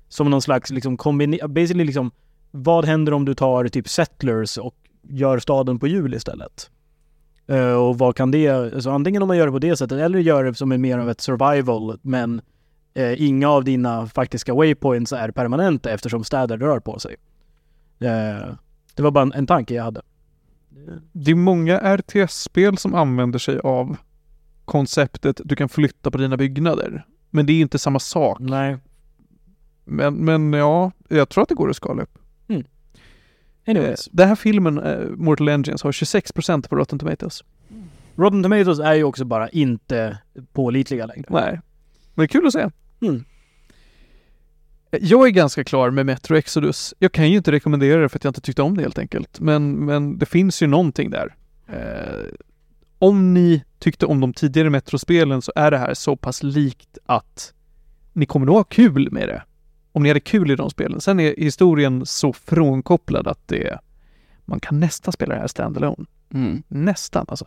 som någon slags liksom kombine- basically liksom vad händer om du tar typ Settlers och gör staden på hjul istället? Uh, och vad kan det, alltså antingen om man gör det på det sättet eller gör det som är mer av ett survival, men uh, inga av dina faktiska waypoints är permanenta eftersom städer rör på sig. Uh, det var bara en, en tanke jag hade.
Det är många R T S-spel som använder sig av konceptet du kan flytta på dina byggnader. Men det är inte samma sak.
Nej.
Men, men ja, jag tror att det går att skala upp.
Mm. Anyways.
Den här filmen, uh, Mortal Engines, har tjugosex procent på Rotten Tomatoes.
Rotten Tomatoes är ju också bara inte pålitliga längre.
Nej. Men det är kul att se.
Mm.
Jag är ganska klar med Metro Exodus. Jag kan ju inte rekommendera det för att jag inte tyckte om det helt enkelt. Men, men det finns ju någonting där. Eh, om ni tyckte om de tidigare Metro-spelen så är det här så pass likt att ni kommer nog ha kul med det. Om ni hade kul i de spelen. Sen är historien så frånkopplad att det, man kan nästan spela det här standalone.
Mm.
Nästan alltså.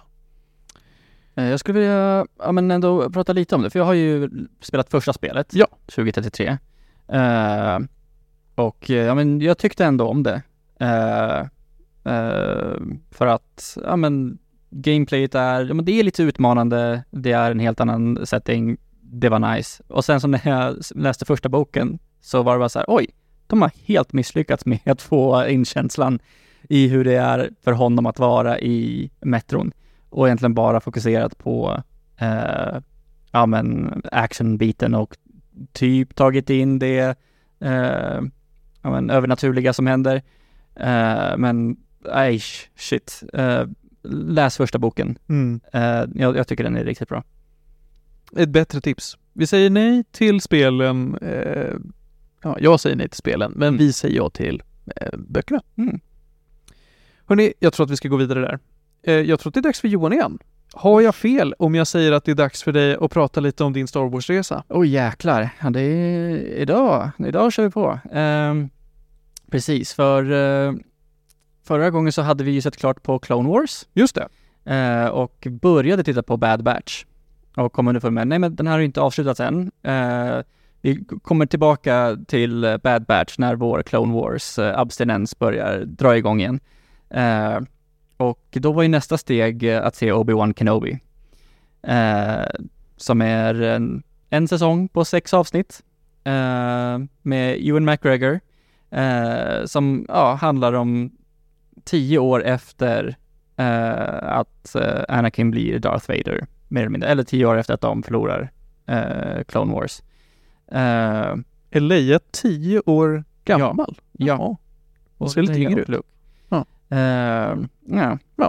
Jag skulle vilja ja, men ändå prata lite om det, för jag har ju spelat första spelet,
ja.
tjugo trettiotre. Uh, och ja, men jag tyckte ändå om det. Uh, uh, för att ja, men gameplayet är, ja, men det är lite utmanande, det är en helt annan setting, det var nice. Och sen så när jag läste första boken så var det bara så här, oj, de har helt misslyckats med att få in känslan i hur det är för honom att vara i metron. Och egentligen bara fokuserat på eh, ja, men actionbiten och typ tagit in det eh, ja, men övernaturliga som händer. Eh, men nej, shit. Eh, läs första boken.
Mm.
Eh, jag, jag tycker den är riktigt bra.
Ett bättre tips. Vi säger nej till spelen. Eh, ja, jag säger nej till spelen, men
Mm.
vi säger ja till eh, böckerna.
Mm.
Hörrni, jag tror att vi ska gå vidare där. Eh, jag tror att det är dags för Johan igen. Har jag fel om jag säger att det är dags för dig att prata lite om din Star Wars-resa?
Åh oh, jäklar, ja, det är idag. Idag kör vi på. Um, precis, för uh, förra gången så hade vi ju sett klart på Clone Wars.
Just det.
Uh, och började titta på Bad Batch. Och kom underför med, nej men den här har inte avslutats än. Uh, vi kommer tillbaka till Bad Batch när vår Clone Wars uh, abstinens börjar dra igång igen. Uh, Och då var ju nästa steg att se Obi-Wan Kenobi. Eh, som är en, en säsong på sex avsnitt. Eh, med Ewan McGregor. Eh, som ja, handlar om tio år efter eh, att eh, Anakin blir Darth Vader. Mer eller mindre. Eller tio år efter att de förlorar eh, Clone Wars. Eh,
Är Leia tio år gammal?
Ja.
Ja. Och ser lite yngre ut.
Uh, ja. Ja.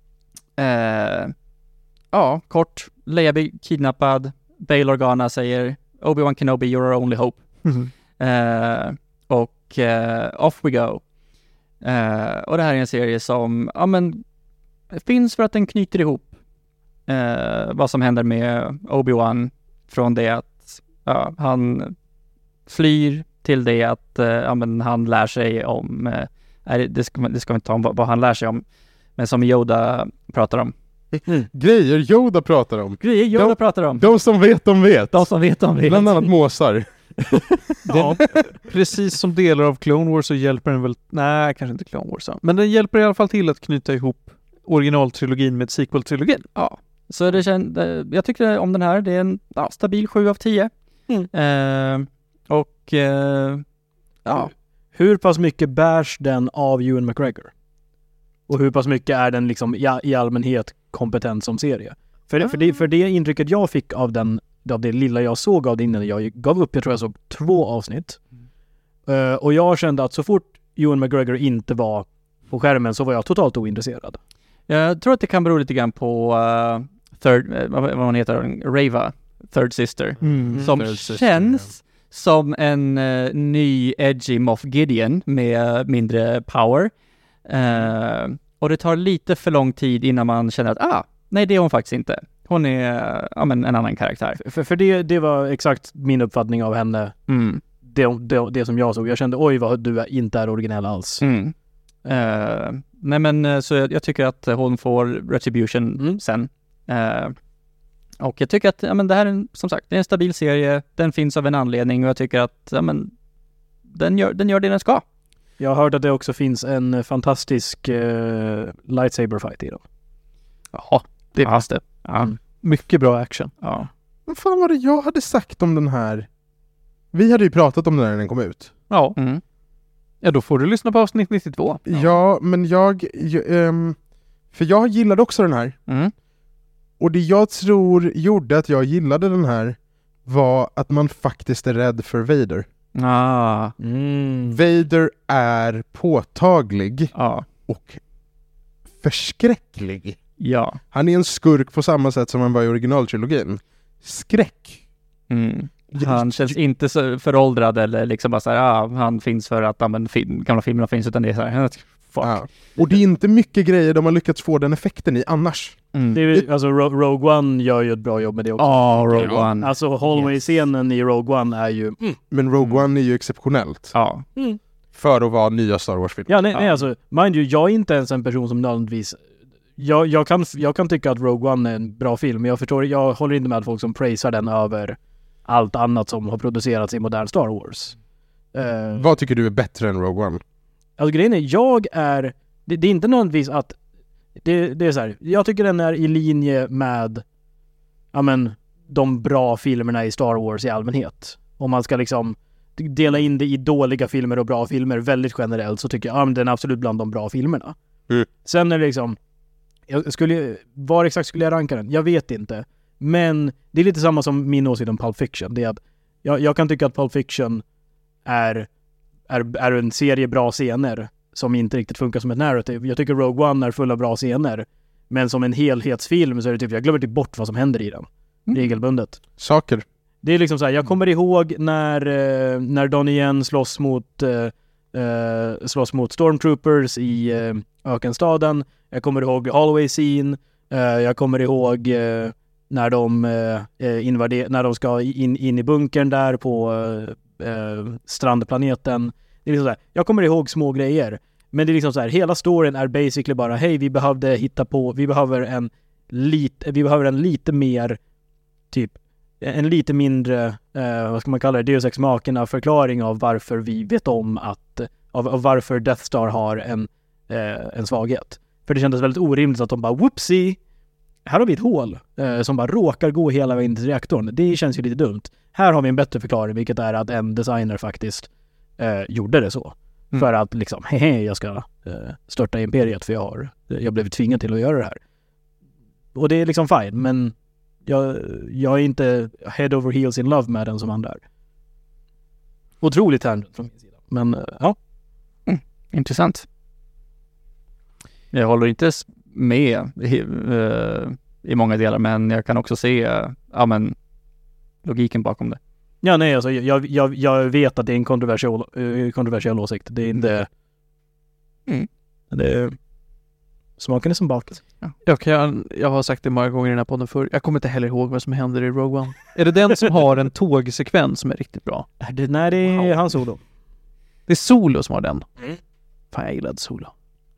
Uh, ja, kort. Leia blir kidnappad. Bail Organa säger Obi-Wan Kenobi, you're our only hope.
Mm.
Uh, och uh, off we go. Uh, och det här är en serie som ja, men, finns för att den knyter ihop uh, vad som händer med Obi-Wan från det att uh, han flyr till det att uh, ja, men, han lär sig om uh, Nej, det ska, det ska vi inte ta om vad, vad han lär sig om. Men som Yoda pratar om.
Mm. Grejer Yoda pratar om.
Grejer Yoda
de,
pratar om.
De som vet, de vet.
De som vet, de vet.
Bland annat måsar.
Ja, precis som delar av Clone Wars så hjälper den väl... Nej, kanske inte Clone Wars. Men den hjälper i alla fall till att knyta ihop originaltrilogin med sequel-trilogin.
Ja, så det känd, jag tycker om den här. Det är en ja, stabil sju av tio.
Mm.
Eh, och... Eh, ja.
Hur pass mycket bärs den av Ewan McGregor? Och hur pass mycket är den liksom i, i allmänhet kompetent som serie? För, det, för, det, för det intrycket jag fick av den, av det lilla jag såg av det innan jag gav upp, jag tror jag såg två avsnitt. Mm. Uh, och jag kände att så fort Ewan McGregor inte var på skärmen så var jag totalt ointresserad.
Jag tror att det kan bero lite grann på uh, third, uh, vad, vad man heter, Reva, Third Sister.
Mm.
Som
Third Sister,
känns... Ja. Som en uh, ny edgy Moff Gideon med uh, mindre power. Uh, och det tar lite för lång tid innan man känner att ah, nej det är hon faktiskt inte. Hon är uh, ja, men en annan karaktär.
För, för det, det var exakt min uppfattning av henne.
Mm.
Det, det, det som jag såg. Jag kände oj vad du är, inte är originell alls.
Mm. Uh, nej men så jag, jag tycker att hon får retribution
mm.
sen. Uh, Och jag tycker att ja, men det här är en, som sagt, det är en stabil serie. Den finns av en anledning och jag tycker att ja, men, den gör, den gör det den ska.
Jag har hört att det också finns en fantastisk uh, lightsaber fight i den.
Ja, det
Ja.
finns det.
Ja.
Mycket bra action.
Ja.
Vad fan var det jag hade sagt om den här? Vi hade ju pratat om den när den kom ut.
Ja.
Mm.
Ja, då får du lyssna på avsnitt nittiotvå.
Ja, men jag... jag ehm, för jag gillade också den här.
Mm.
Och det jag tror gjorde att jag gillade den här var att man faktiskt är rädd för Vader.
Ah.
Mm.
Vader är påtaglig
Ja.
och förskräcklig.
Ja.
Han är en skurk på samma sätt som han var i originaltrilogin. Skräck.
Mm. Han känns inte så föråldrad eller liksom bara så här, ah, han finns för att ja, men, film, gamla filmerna finns, utan det är så här, fuck.
Ja. Och det är inte mycket grejer de har lyckats få den effekten i annars.
Mm.
Det är, väl- alltså Ro- Rogue One gör ju ett bra jobb med det också.
Ja, Rogue
Ja.
One.
Alltså hallway-scenen i Rogue One är ju... Mm.
Men Rogue
Mm.
One är ju exceptionellt.
Ja.
Mm.
För att vara nya Star Wars-filmer.
Ja, nej, nej
Ja.
alltså, mind you, jag är inte ens en person som nödvändigtvis... Jag, jag, kan, jag kan tycka att Rogue One är en bra film, men jag förstår, jag håller inte med folk som praisar den över allt annat som har producerats i modern Star Wars. Uh,
Vad tycker du är bättre än Rogue One?
Alltså grejen är, jag är... Det, det är inte nödvändigtvis att... Det, det är så här, jag tycker den är i linje med... Ja men, de bra filmerna i Star Wars i allmänhet. Om man ska liksom dela in det i dåliga filmer och bra filmer väldigt generellt, så tycker jag att ja, den är absolut bland de bra filmerna.
Mm.
Sen är det liksom... Jag skulle, var exakt skulle jag ranka den? Jag vet inte. Men det är lite samma som min åsikt om Pulp Fiction. Det är att jag, jag kan tycka att Pulp Fiction är, är, är en serie bra scener som inte riktigt funkar som ett narrative. Jag tycker Rogue One är full av bra scener. Men som en helhetsfilm så är det typ, jag glömmer typ bort vad som händer i den.
Mm.
Regelbundet.
Saker.
Det är liksom så här, jag kommer ihåg när, eh, när Donnie Yen slåss mot, eh, eh, slåss mot Stormtroopers i eh, ökenstaden. Jag kommer ihåg Hallway Scene. Eh, jag kommer ihåg eh, när de eh, invader- när de ska in, in i bunkern där på eh, eh, strandplaneten. Det är liksom så här, jag kommer ihåg små grejer. Men det är liksom så här, hela storyn är basically bara, hej, vi behövde hitta på, vi behöver en lite, vi behöver en lite mer typ en lite mindre, eh, vad ska man kalla det, Deus Ex Machina förklaring av varför vi vet om att, av, av varför Death Star har en, eh, en svaghet. För det kändes väldigt orimligt att de bara, whoopsie, här har vi ett hål eh, som bara råkar gå hela vägen till reaktorn. Det känns ju lite dumt. Här har vi en bättre förklaring, vilket är att en designer faktiskt eh, gjorde det så.
Mm.
För att liksom, hehe, jag ska eh, störta imperiet för jag har, jag blev tvingad till att göra det här. Och det är liksom fine, men jag, jag är inte head over heels in love med den som andra är. Otroligt tangent från min sida. Men eh, ja.
Intressant. Jag håller inte s- med i, uh, i många delar, men jag kan också se uh, ja, men, logiken bakom det.
Ja, nej, alltså jag, jag, jag vet att det är en kontroversiell, uh, kontroversiell åsikt. Det är inte...
Mm.
Det är, smaken är som baket.
Jag, kan, jag har sagt det många gånger i den här podden förr. Jag kommer inte heller ihåg vad som händer i Rogue One. Är det den som har en tågsekvens som är riktigt bra?
Är det, nej, det är
Wow.
Han Solo.
Det är Solo som har den.
Mm.
Fan, jag gillade Solo.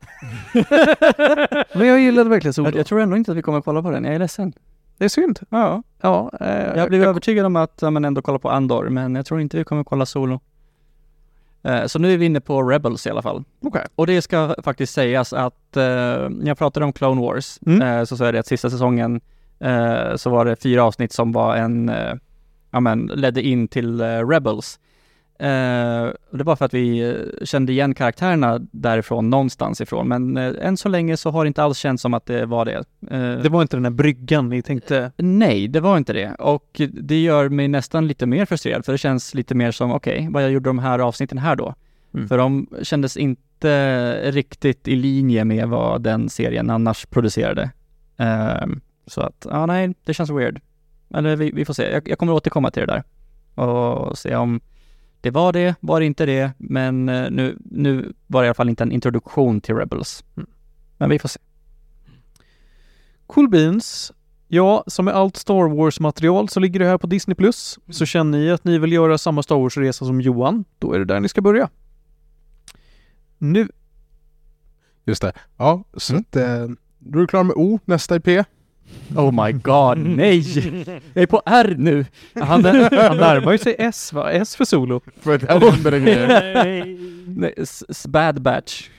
Men jag gillade verkligen Solo.
Jag, jag tror ändå inte att vi kommer kolla på den, jag är ledsen.
Det är synd.
Ja.
Ja, eh,
Jag har blivit övertygad om att ja, men ändå kolla på Andor, men jag tror inte vi kommer kolla Solo. Eh, så nu är vi inne på Rebels i alla fall.
Okej.
Och det ska faktiskt sägas att eh, när jag pratade om Clone Wars
Mm.
eh, så sa jag det att sista säsongen eh, så var det fyra avsnitt som var en, eh, ja men ledde in till eh, Rebels. Eh, och det var för att vi eh, kände igen karaktärerna därifrån någonstans ifrån, men eh, än så länge så har det inte alls känts som att det var det. Eh,
Det var inte den här bryggan ni tänkte...
Nej, det var inte det. Och det gör mig nästan lite mer frustrerad, för det känns lite mer som, okej, okay, vad jag gjorde de här avsnitten här då?
Mm.
För de kändes inte riktigt i linje med vad den serien annars producerade. Um, så att, ja nej, det känns weird. Eller vi, vi får se. Jag, jag kommer återkomma till det där. Och se om det var det, var det inte det. Men uh, nu, nu var det i alla fall inte en introduktion till Rebels.
Mm.
Men vi får se.
Cool Beans. Ja, som med allt Star Wars-material så ligger det här på Disney plus. Så känner ni att ni vill göra samma Star Wars-resa som Johan, då är det där ni ska börja. Nu.
Just det. Ja, så
Mm.
att, eh, då är du klar med O, nästa i P.
Oh my god, nej! Jag är på R nu!
Han, han närmar ju sig S va? S för solo.
För att här händer det grejer.
Nej, s- s- Bad Batch.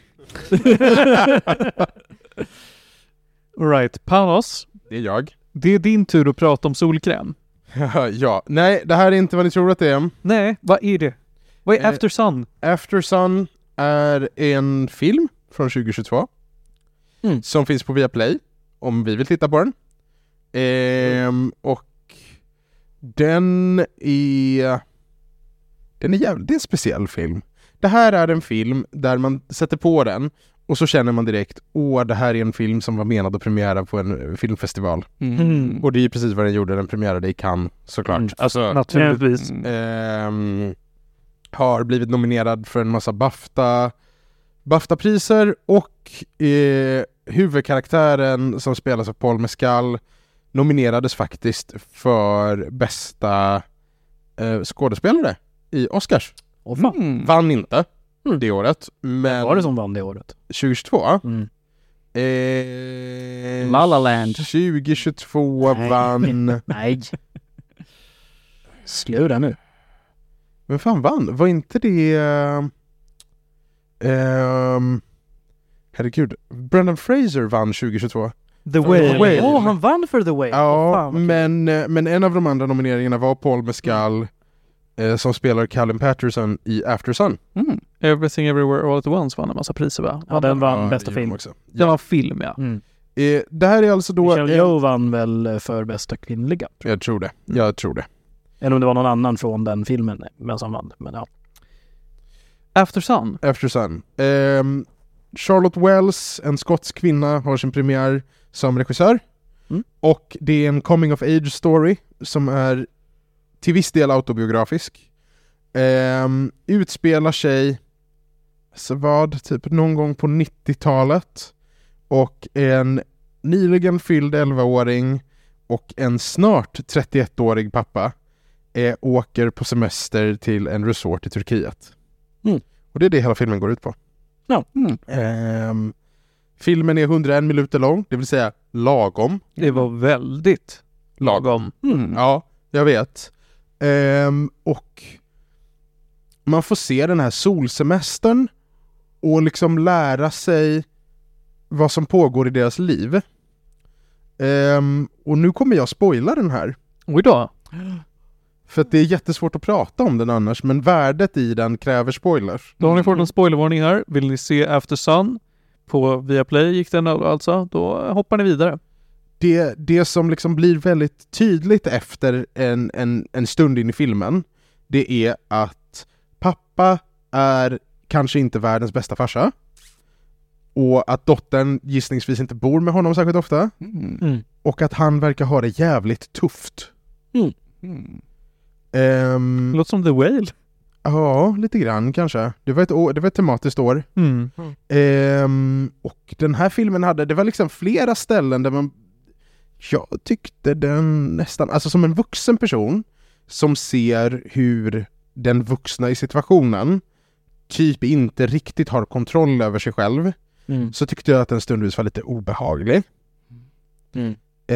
Right, Panos,
Det är jag.
det är din tur att prata om solkräm.
Ja, nej, det här är inte vad ni tror att det är.
Nej, vad är det? Vad är
Eh,
After Sun?
After Sun är en film från tjugohundratjugotvå
Mm.
som finns på Viaplay om vi vill titta på den. Ehm, och den är den är jävligt, det är en speciell film. Det här är en film där man sätter på den och så känner man direkt, åh, det här är en film som var menad att premiära på en filmfestival.
Mm.
Och det är ju precis vad den gjorde, den premiärade i Cannes såklart.
Mm.
Alltså,
Naturligtvis.
ehm, har blivit nominerad för en massa BAFTA BAFTA-priser och eh, huvudkaraktären som spelas av Paul Mescal nominerades faktiskt för bästa eh, skådespelare i Oscars.
Åh fan.
Mm.
Vann inte
Mm.
det året, men
Var det som vann det året?
tjugohundratjugotvå
Mm.
eh,
La La Land.
tjugohundratjugotvå
Nej.
vann.
Nej. Sluta nu.
Vem fan vann? Var inte det... ehm herregud. Brendan Fraser vann tjugohundratjugotvå.
The
The
Whale.
Whale.
Åh, han vann för The Whale.
Ja,
Fan, vad kul.
men, eh, men en av de andra nomineringarna var Paul Mescal eh, som spelar Callum Patterson i After Sun.
Mm.
Everything Everywhere All At Once vann en massa priser va?
Ja, den vann
Ja,
bästa
det gjorde
film.
de också.
Det var film ja.
Mm.
Eh, det här är alltså då...
Michelle
en-
Yeoh vann väl för bästa kvinnliga.
jag tror det. Jag tror det.
Eller om det var någon annan från den filmen men som vann. Men ja.
After Sun.
After Sun. Ehm, Charlotte Wells, en skotsk kvinna, har sin premiär som regissör.
Mm.
Och det är en coming of age story som är till viss del autobiografisk. Ehm, utspelar sig så vad, typ någon gång på nittiotalet. Och en nyligen fylld elvaåring och en snart trettioettårig pappa eh, åker på semester till en resort i Turkiet.
Mm.
Och det är det hela filmen går ut på.
Mm.
Ehm, filmen är hundraen minuter lång, det vill säga lagom.
Det var väldigt lagom.
Mm.
Ja, jag vet. Ehm, och man får se den här solsemestern och liksom lära sig vad som pågår i deras liv. Ehm, och nu kommer jag spoila den här.
Oj då.
För att det är jättesvårt att prata om den annars, men värdet i den kräver spoilers.
Då har ni fått en spoilervarning här. Vill ni se After Sun på Viaplay gick den alltså, då hoppar ni vidare.
Det, det som liksom blir väldigt tydligt efter en, en, en stund in i filmen, det är att pappa är kanske inte världens bästa farsa. Och att dottern gissningsvis inte bor med honom särskilt ofta.
Mm.
Mm.
Och att han verkar ha det jävligt tufft.
Mm.
Ehm,
Låter som The Whale.
ja, lite grann kanske. Det var ett, år, det var ett tematiskt år.
Mm.
Ehm, och den här filmen hade, det var liksom flera ställen där man, jag tyckte den nästan, alltså som en vuxen person som ser hur den vuxna i situationen typ inte riktigt har kontroll över sig själv,
Mm.
så tyckte jag att den stundvis var lite obehaglig.
Mm.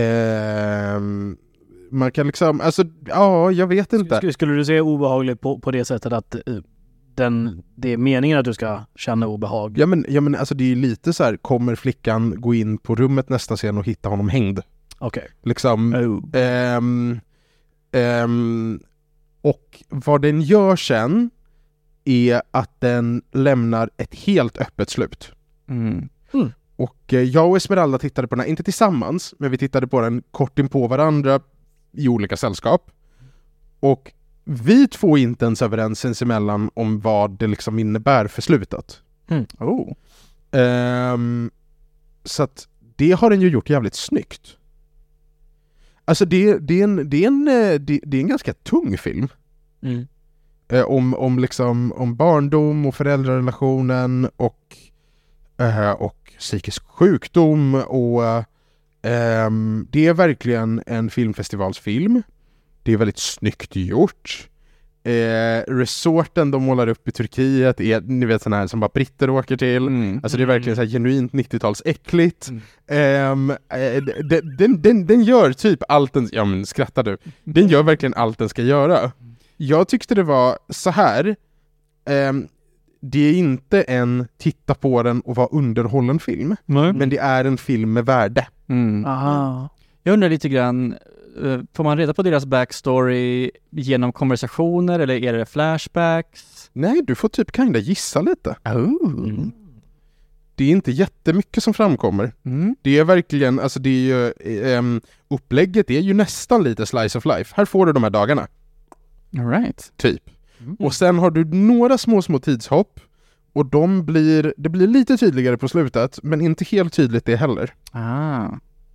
Ehm, man kan liksom, alltså, ja, jag vet inte.
Skulle, skulle du säga obehagligt på, på det sättet att eh, den, det är meningen att du ska känna obehag?
Ja men, ja, men alltså det är ju lite så här, kommer flickan gå in på rummet nästa scen och hitta honom hängd?
Okej.
Liksom,
Oh.
Ehm, ehm, och vad den gör sen är att den lämnar ett helt öppet slut.
Mm.
Och eh, jag och Esmeralda tittade på den här, inte tillsammans, men vi tittade på den kort in på varandra i olika sällskap. Och vi två är inte ens överens sinsemellan om vad det liksom innebär för slutet.
Oh.
Ehm, så att det har den ju gjort jävligt snyggt. Alltså det, det, är, en, det, är, en, eh, det, det är en ganska tung film.
Mm.
Eh, om, om, liksom, om barndom och föräldrarelationen och, eh, och psykisk sjukdom. Och eh, ehm, det är verkligen en filmfestivalsfilm. Det är väldigt snyggt gjort. Eh, resorten de målar upp i Turkiet är, ni vet, sån här som bara britter åker till.
Mm.
Alltså det är verkligen så här genuint nittio-tals äckligt.
Mm.
Ehm, eh, den, den, den, den gör typ allt den, ja men skrattar du. Den gör verkligen allt den ska göra. Jag tyckte det var så här. Ehm, det är inte en titta på den och vara underhållen film.
Nej.
Men det är en film med värde.
Mm.
Aha.
Jag undrar lite grann, eh, får man reda på deras backstory genom konversationer eller är det flashbacks?
Nej, du får typ kinda gissa lite.
Oh.
Mm.
Det är inte jättemycket som framkommer.
Mm.
Det är verkligen, alltså det är ju, ehm, upplägget är ju nästan lite slice of life. Här får du de här dagarna,
All right.
typ.
Mm.
Och sen har du några små, små tidshopp. Och de blir, det blir lite tydligare på slutet, men inte helt tydligt det heller.
Ah.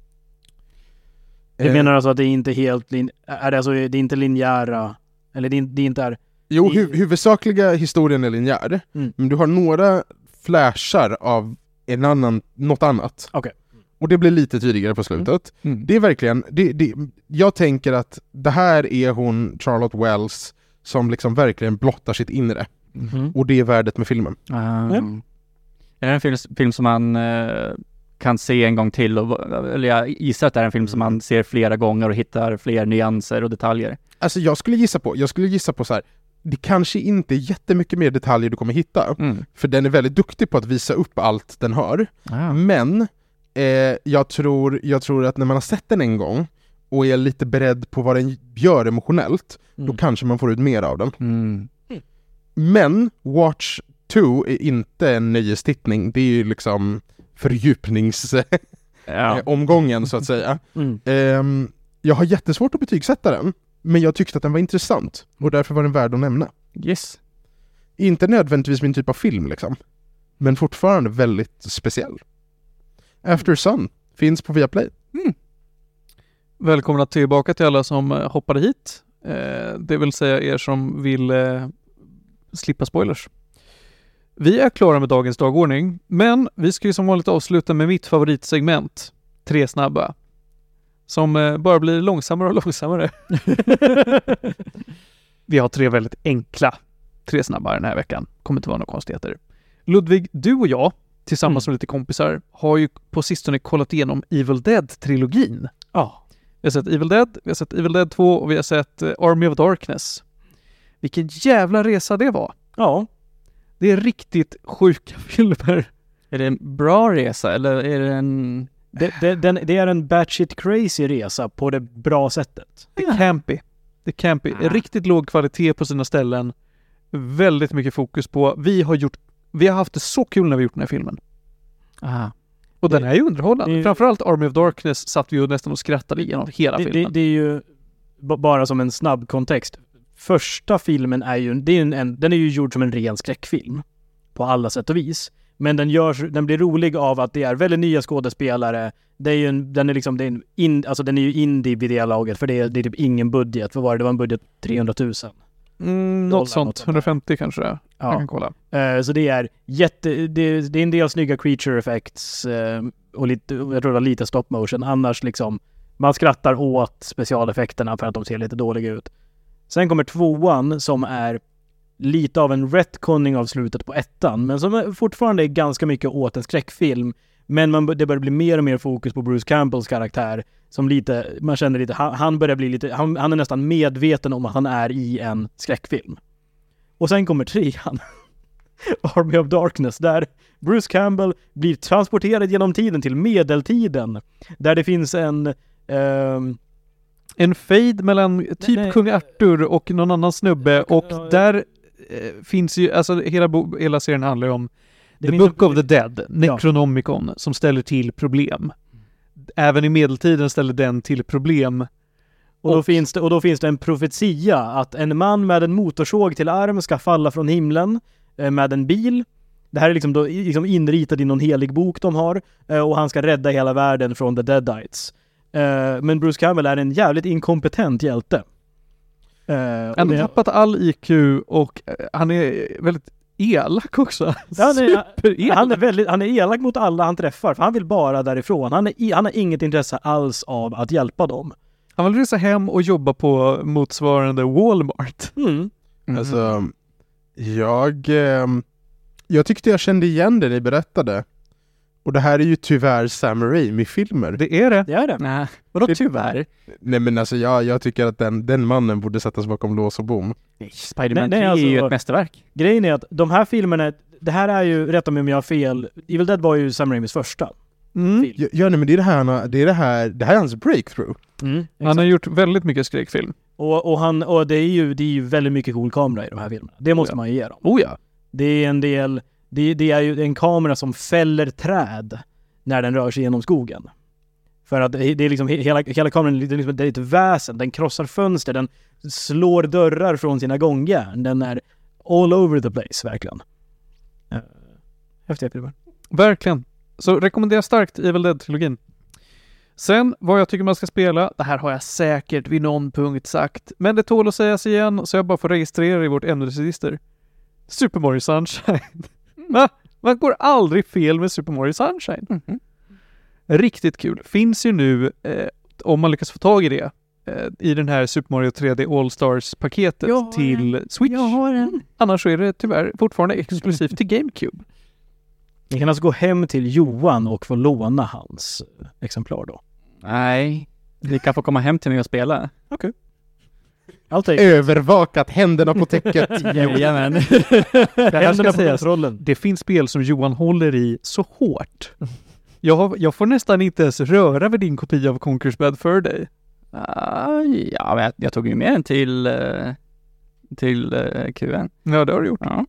Du menar alltså att det är inte helt lin- är det alltså det är inte linjära eller det är, det är inte är
Jo, hu- huvudsakliga historien är linjär.
Mm.
Men du har några flashar av en annan, något annat.
Okej.
Och det blir lite tydligare på slutet.
Mm.
Det är verkligen, det, det, jag tänker att det här är hon, Charlotte Wells, som liksom verkligen blottar sitt inre.
Mm.
Och det är värdet med filmen.
Ah.
Ja.
Är det en film, film som man eh, kan se en gång till? Och, eller jag gissar att det är en film som man ser flera gånger och hittar fler nyanser och detaljer.
Alltså jag skulle gissa på, jag skulle gissa på så här. Det kanske inte är jättemycket mer detaljer du kommer hitta.
Mm.
För den är väldigt duktig på att visa upp allt den har.
Ah.
Men eh, jag, tror, jag tror att när man har sett den en gång och är lite beredd på vad den gör emotionellt,
Mm.
då kanske man får ut mer av den.
Mm.
Men Watch två är inte en nöjestittning. Det är ju liksom fördjupningsomgången
Ja.
så att säga.
Mm.
Ehm, jag har jättesvårt att betygsätta den, men jag tyckte att den var intressant och därför var den värd att nämna.
Yes.
Inte nödvändigtvis min typ av film liksom, men fortfarande väldigt speciell. After Sun finns på Viaplay.
Välkomna tillbaka till alla som eh, hoppade hit. Eh, det vill säga er som vill eh, slippa spoilers. Vi är klara med dagens dagordning, men vi ska ju som vanligt avsluta med mitt favoritsegment, Tre snabba. Som eh, bara blir långsammare och långsammare. Vi har tre väldigt enkla tre snabba den här veckan. Kommer inte vara några konstigheter. Ludvig, du och jag, tillsammans
Mm.
med lite kompisar, har ju på sistone kollat igenom Evil Dead-trilogin.
Ja.
Vi har sett Evil Dead, vi har sett Evil Dead två och vi har sett eh, Army of Darkness. Vilken jävla resa det var.
Ja.
Det är riktigt sjuka filmer.
Är det en bra resa eller är det en...
Det, det, den, det är en batshit crazy resa på det bra sättet.
Det är campy. Det är campy.
Ah.
Riktigt låg kvalitet på sina ställen. Väldigt mycket fokus på. Vi har gjort, vi har haft det så kul när vi gjort den här filmen.
Aha.
Och den
Det-
är ju underhållande.
det-
Framförallt Army of Darkness satt vi ju nästan och skrattade igenom hela
Det, det,
filmen.
det är ju b- bara som en snabb kontext. Första filmen är ju, det är ju en, en, den är ju gjord som en ren skräckfilm. På alla sätt och vis. Men den, görs, den blir rolig av att det är väldigt nya skådespelare. Det är ju en, den är liksom, det är en in, alltså den är ju indie vid det laget för det är, det är typ ingen budget. Vad var det? Det var en budget trehundratusen.
Mm,
dollar,
något sånt.
något sånt där.
hundrafemtio kanske det är. Jag
Ja.
kan kolla.
Eh, så det är jätte, det, det är en del snygga creature effects eh, och lite, jag tror det var lite stop motion. Annars liksom, man skrattar åt specialeffekterna för att de ser lite dåliga ut. Sen kommer tvåan som är lite av en retconning av slutet på ettan, men som är fortfarande är ganska mycket åt en skräckfilm. Men man, det börjar bli mer och mer fokus på Bruce Campbells karaktär som lite, man känner lite, han, han börjar bli lite, han, han är nästan medveten om att han är i en skräckfilm. Och sen kommer trean. Army of Darkness, där Bruce Campbell blir transporterad genom tiden till medeltiden. Där det finns en... ehm,
En fade mellan typ
nej.
kung Arthur och någon annan snubbe och
Ja,
där eh, finns ju, alltså hela, bo, hela serien handlar ju om
det
The
finns
Book
en-
of the Dead, Necronomicon, som ställer till problem. Även i medeltiden ställer den till problem.
Och då,
Och-
finns det, och då finns det en profetia att en man med en motorsåg till arm ska falla från himlen eh, med en bil. Det här är liksom, då, liksom inritat i någon helig bok de har eh, och han ska rädda hela världen från the Deadites. Eh, men Bruce Campbell är en jävligt inkompetent hjälte. Eh, och
Han har
det-
tappat all I Q och eh, han är väldigt elak också.
Han är,
Superelak.
han, är väldigt, han är elak mot alla han träffar, för han vill bara därifrån. Han, är, i- han har inget intresse alls av att hjälpa dem.
Han vill resa hem och jobba på motsvarande Walmart.
Mm.
Mhm.
Alltså, jag, eh, jag tyckte jag kände igen det ni berättade. Och det här är ju tyvärr Sam Raimi-filmer.
Det är det.
Det är det.
Nej, vadå
Det-
tyvärr?
Nej men alltså jag, jag tycker att den, den mannen borde sättas bakom lås och bom.
Nej, Spider-Man
Nej, nej,
tre är ju
alltså-
ett mästerverk.
Grejen är att de här filmerna, det här är ju, rätta mig om jag har fel, Evil Dead var ju Sam Raimis första
Mm.
film.
Ja, ja nej, men det är det här, han har- det är det här, det här är hans breakthrough.
Mm,
Han har gjort väldigt mycket skräckfilm.
och, och, han, och det, är ju, det är ju väldigt mycket cool kamera i de här filmerna. Det måste
Ja.
man ju ge dem.
Oh ja.
Det är en del, det, det är ju en kamera som fäller träd när den rör sig genom skogen. För att det det är liksom, hela, hela kameran är liksom, det är ett väsen, den krossar fönster, den slår dörrar från sina gångjärn, den är all over the place, verkligen. Uh, häftiga filmer.
Verkligen. Så rekommenderar starkt Evil Dead-trilogin. Sen, vad jag tycker man ska spela, det här har jag säkert vid någon punkt sagt, men det tål att sägas igen, så jag bara får registrera i vårt ämnesregister. Super Mario Sunshine. Va? Man går aldrig fel med Super Mario Sunshine.
Mhm.
Riktigt kul. Finns ju nu, eh, om man lyckas få tag i det, eh, i den här Super Mario tre D All-Stars-paketet
Jag har
till Switch.
Jag har en.
Annars så är det tyvärr fortfarande exklusivt till GameCube.
Ni kan alltså gå hem till Johan och få låna hans eh, exemplar då.
Nej, vi kan få komma hem till mig och spela.
I'll take it.
Övervakat händerna på täcket.
Jajamän.
Det här
Händerna
ska
på
sägas.
rollen.
Det finns spel som Johan håller i så hårt. Jag, har, jag får nästan inte ens röra vid din kopia av Conquer's Bad Fur Day.
Ah, ja, men jag, jag tog ju med den till, eh, till eh, Q N.
Ja, det har du gjort.
Ja.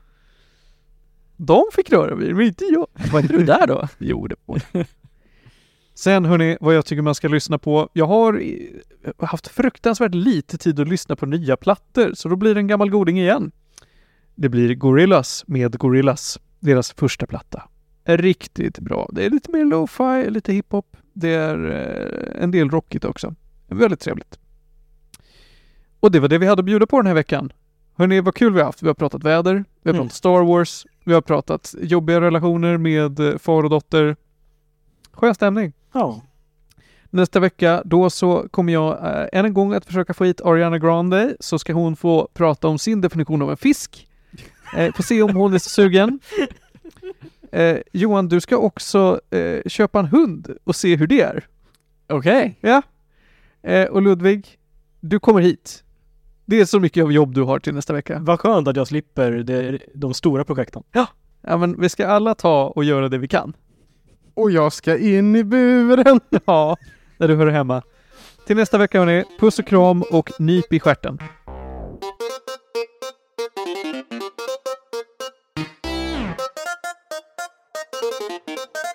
De fick röra vid, men inte jag.
Var inte du där då?
Jo, det var Sen hörni, vad jag tycker man ska lyssna på. Jag har i- haft fruktansvärt lite tid att lyssna på nya plattor, så då blir det en gammal goding igen. Det blir Gorillaz med Gorillaz, deras första platta. Är riktigt bra. Det är lite mer lo-fi, lite hiphop. Det är eh, en del rockigt också. Väldigt trevligt. Och det var det vi hade att bjuda på den här veckan. Hörrni, vad kul vi har haft. Vi har pratat väder, vi har
Mm.
pratat Star Wars, vi har pratat jobbiga relationer med eh, far och dotter. Skön stämning.
Ja.
Nästa vecka, då så kommer jag äh, än en gång att försöka få hit Ariana Grande, så ska hon få prata om sin definition av en fisk. Eh, får se om hon är så sugen. Eh, Johan, du ska också eh, köpa en hund och se hur det är.
Okej.
Ja. Eh, och Ludvig, du kommer hit. Det är så mycket av jobb du har till nästa vecka.
Vad skönt att jag slipper det, de stora projekten.
Ja, men vi ska alla ta och göra det vi kan.
Och jag ska in i buren.
Ja, där du hör hemma. Till nästa vecka hörni, puss och kram och nyp i stjärten.
Thank you.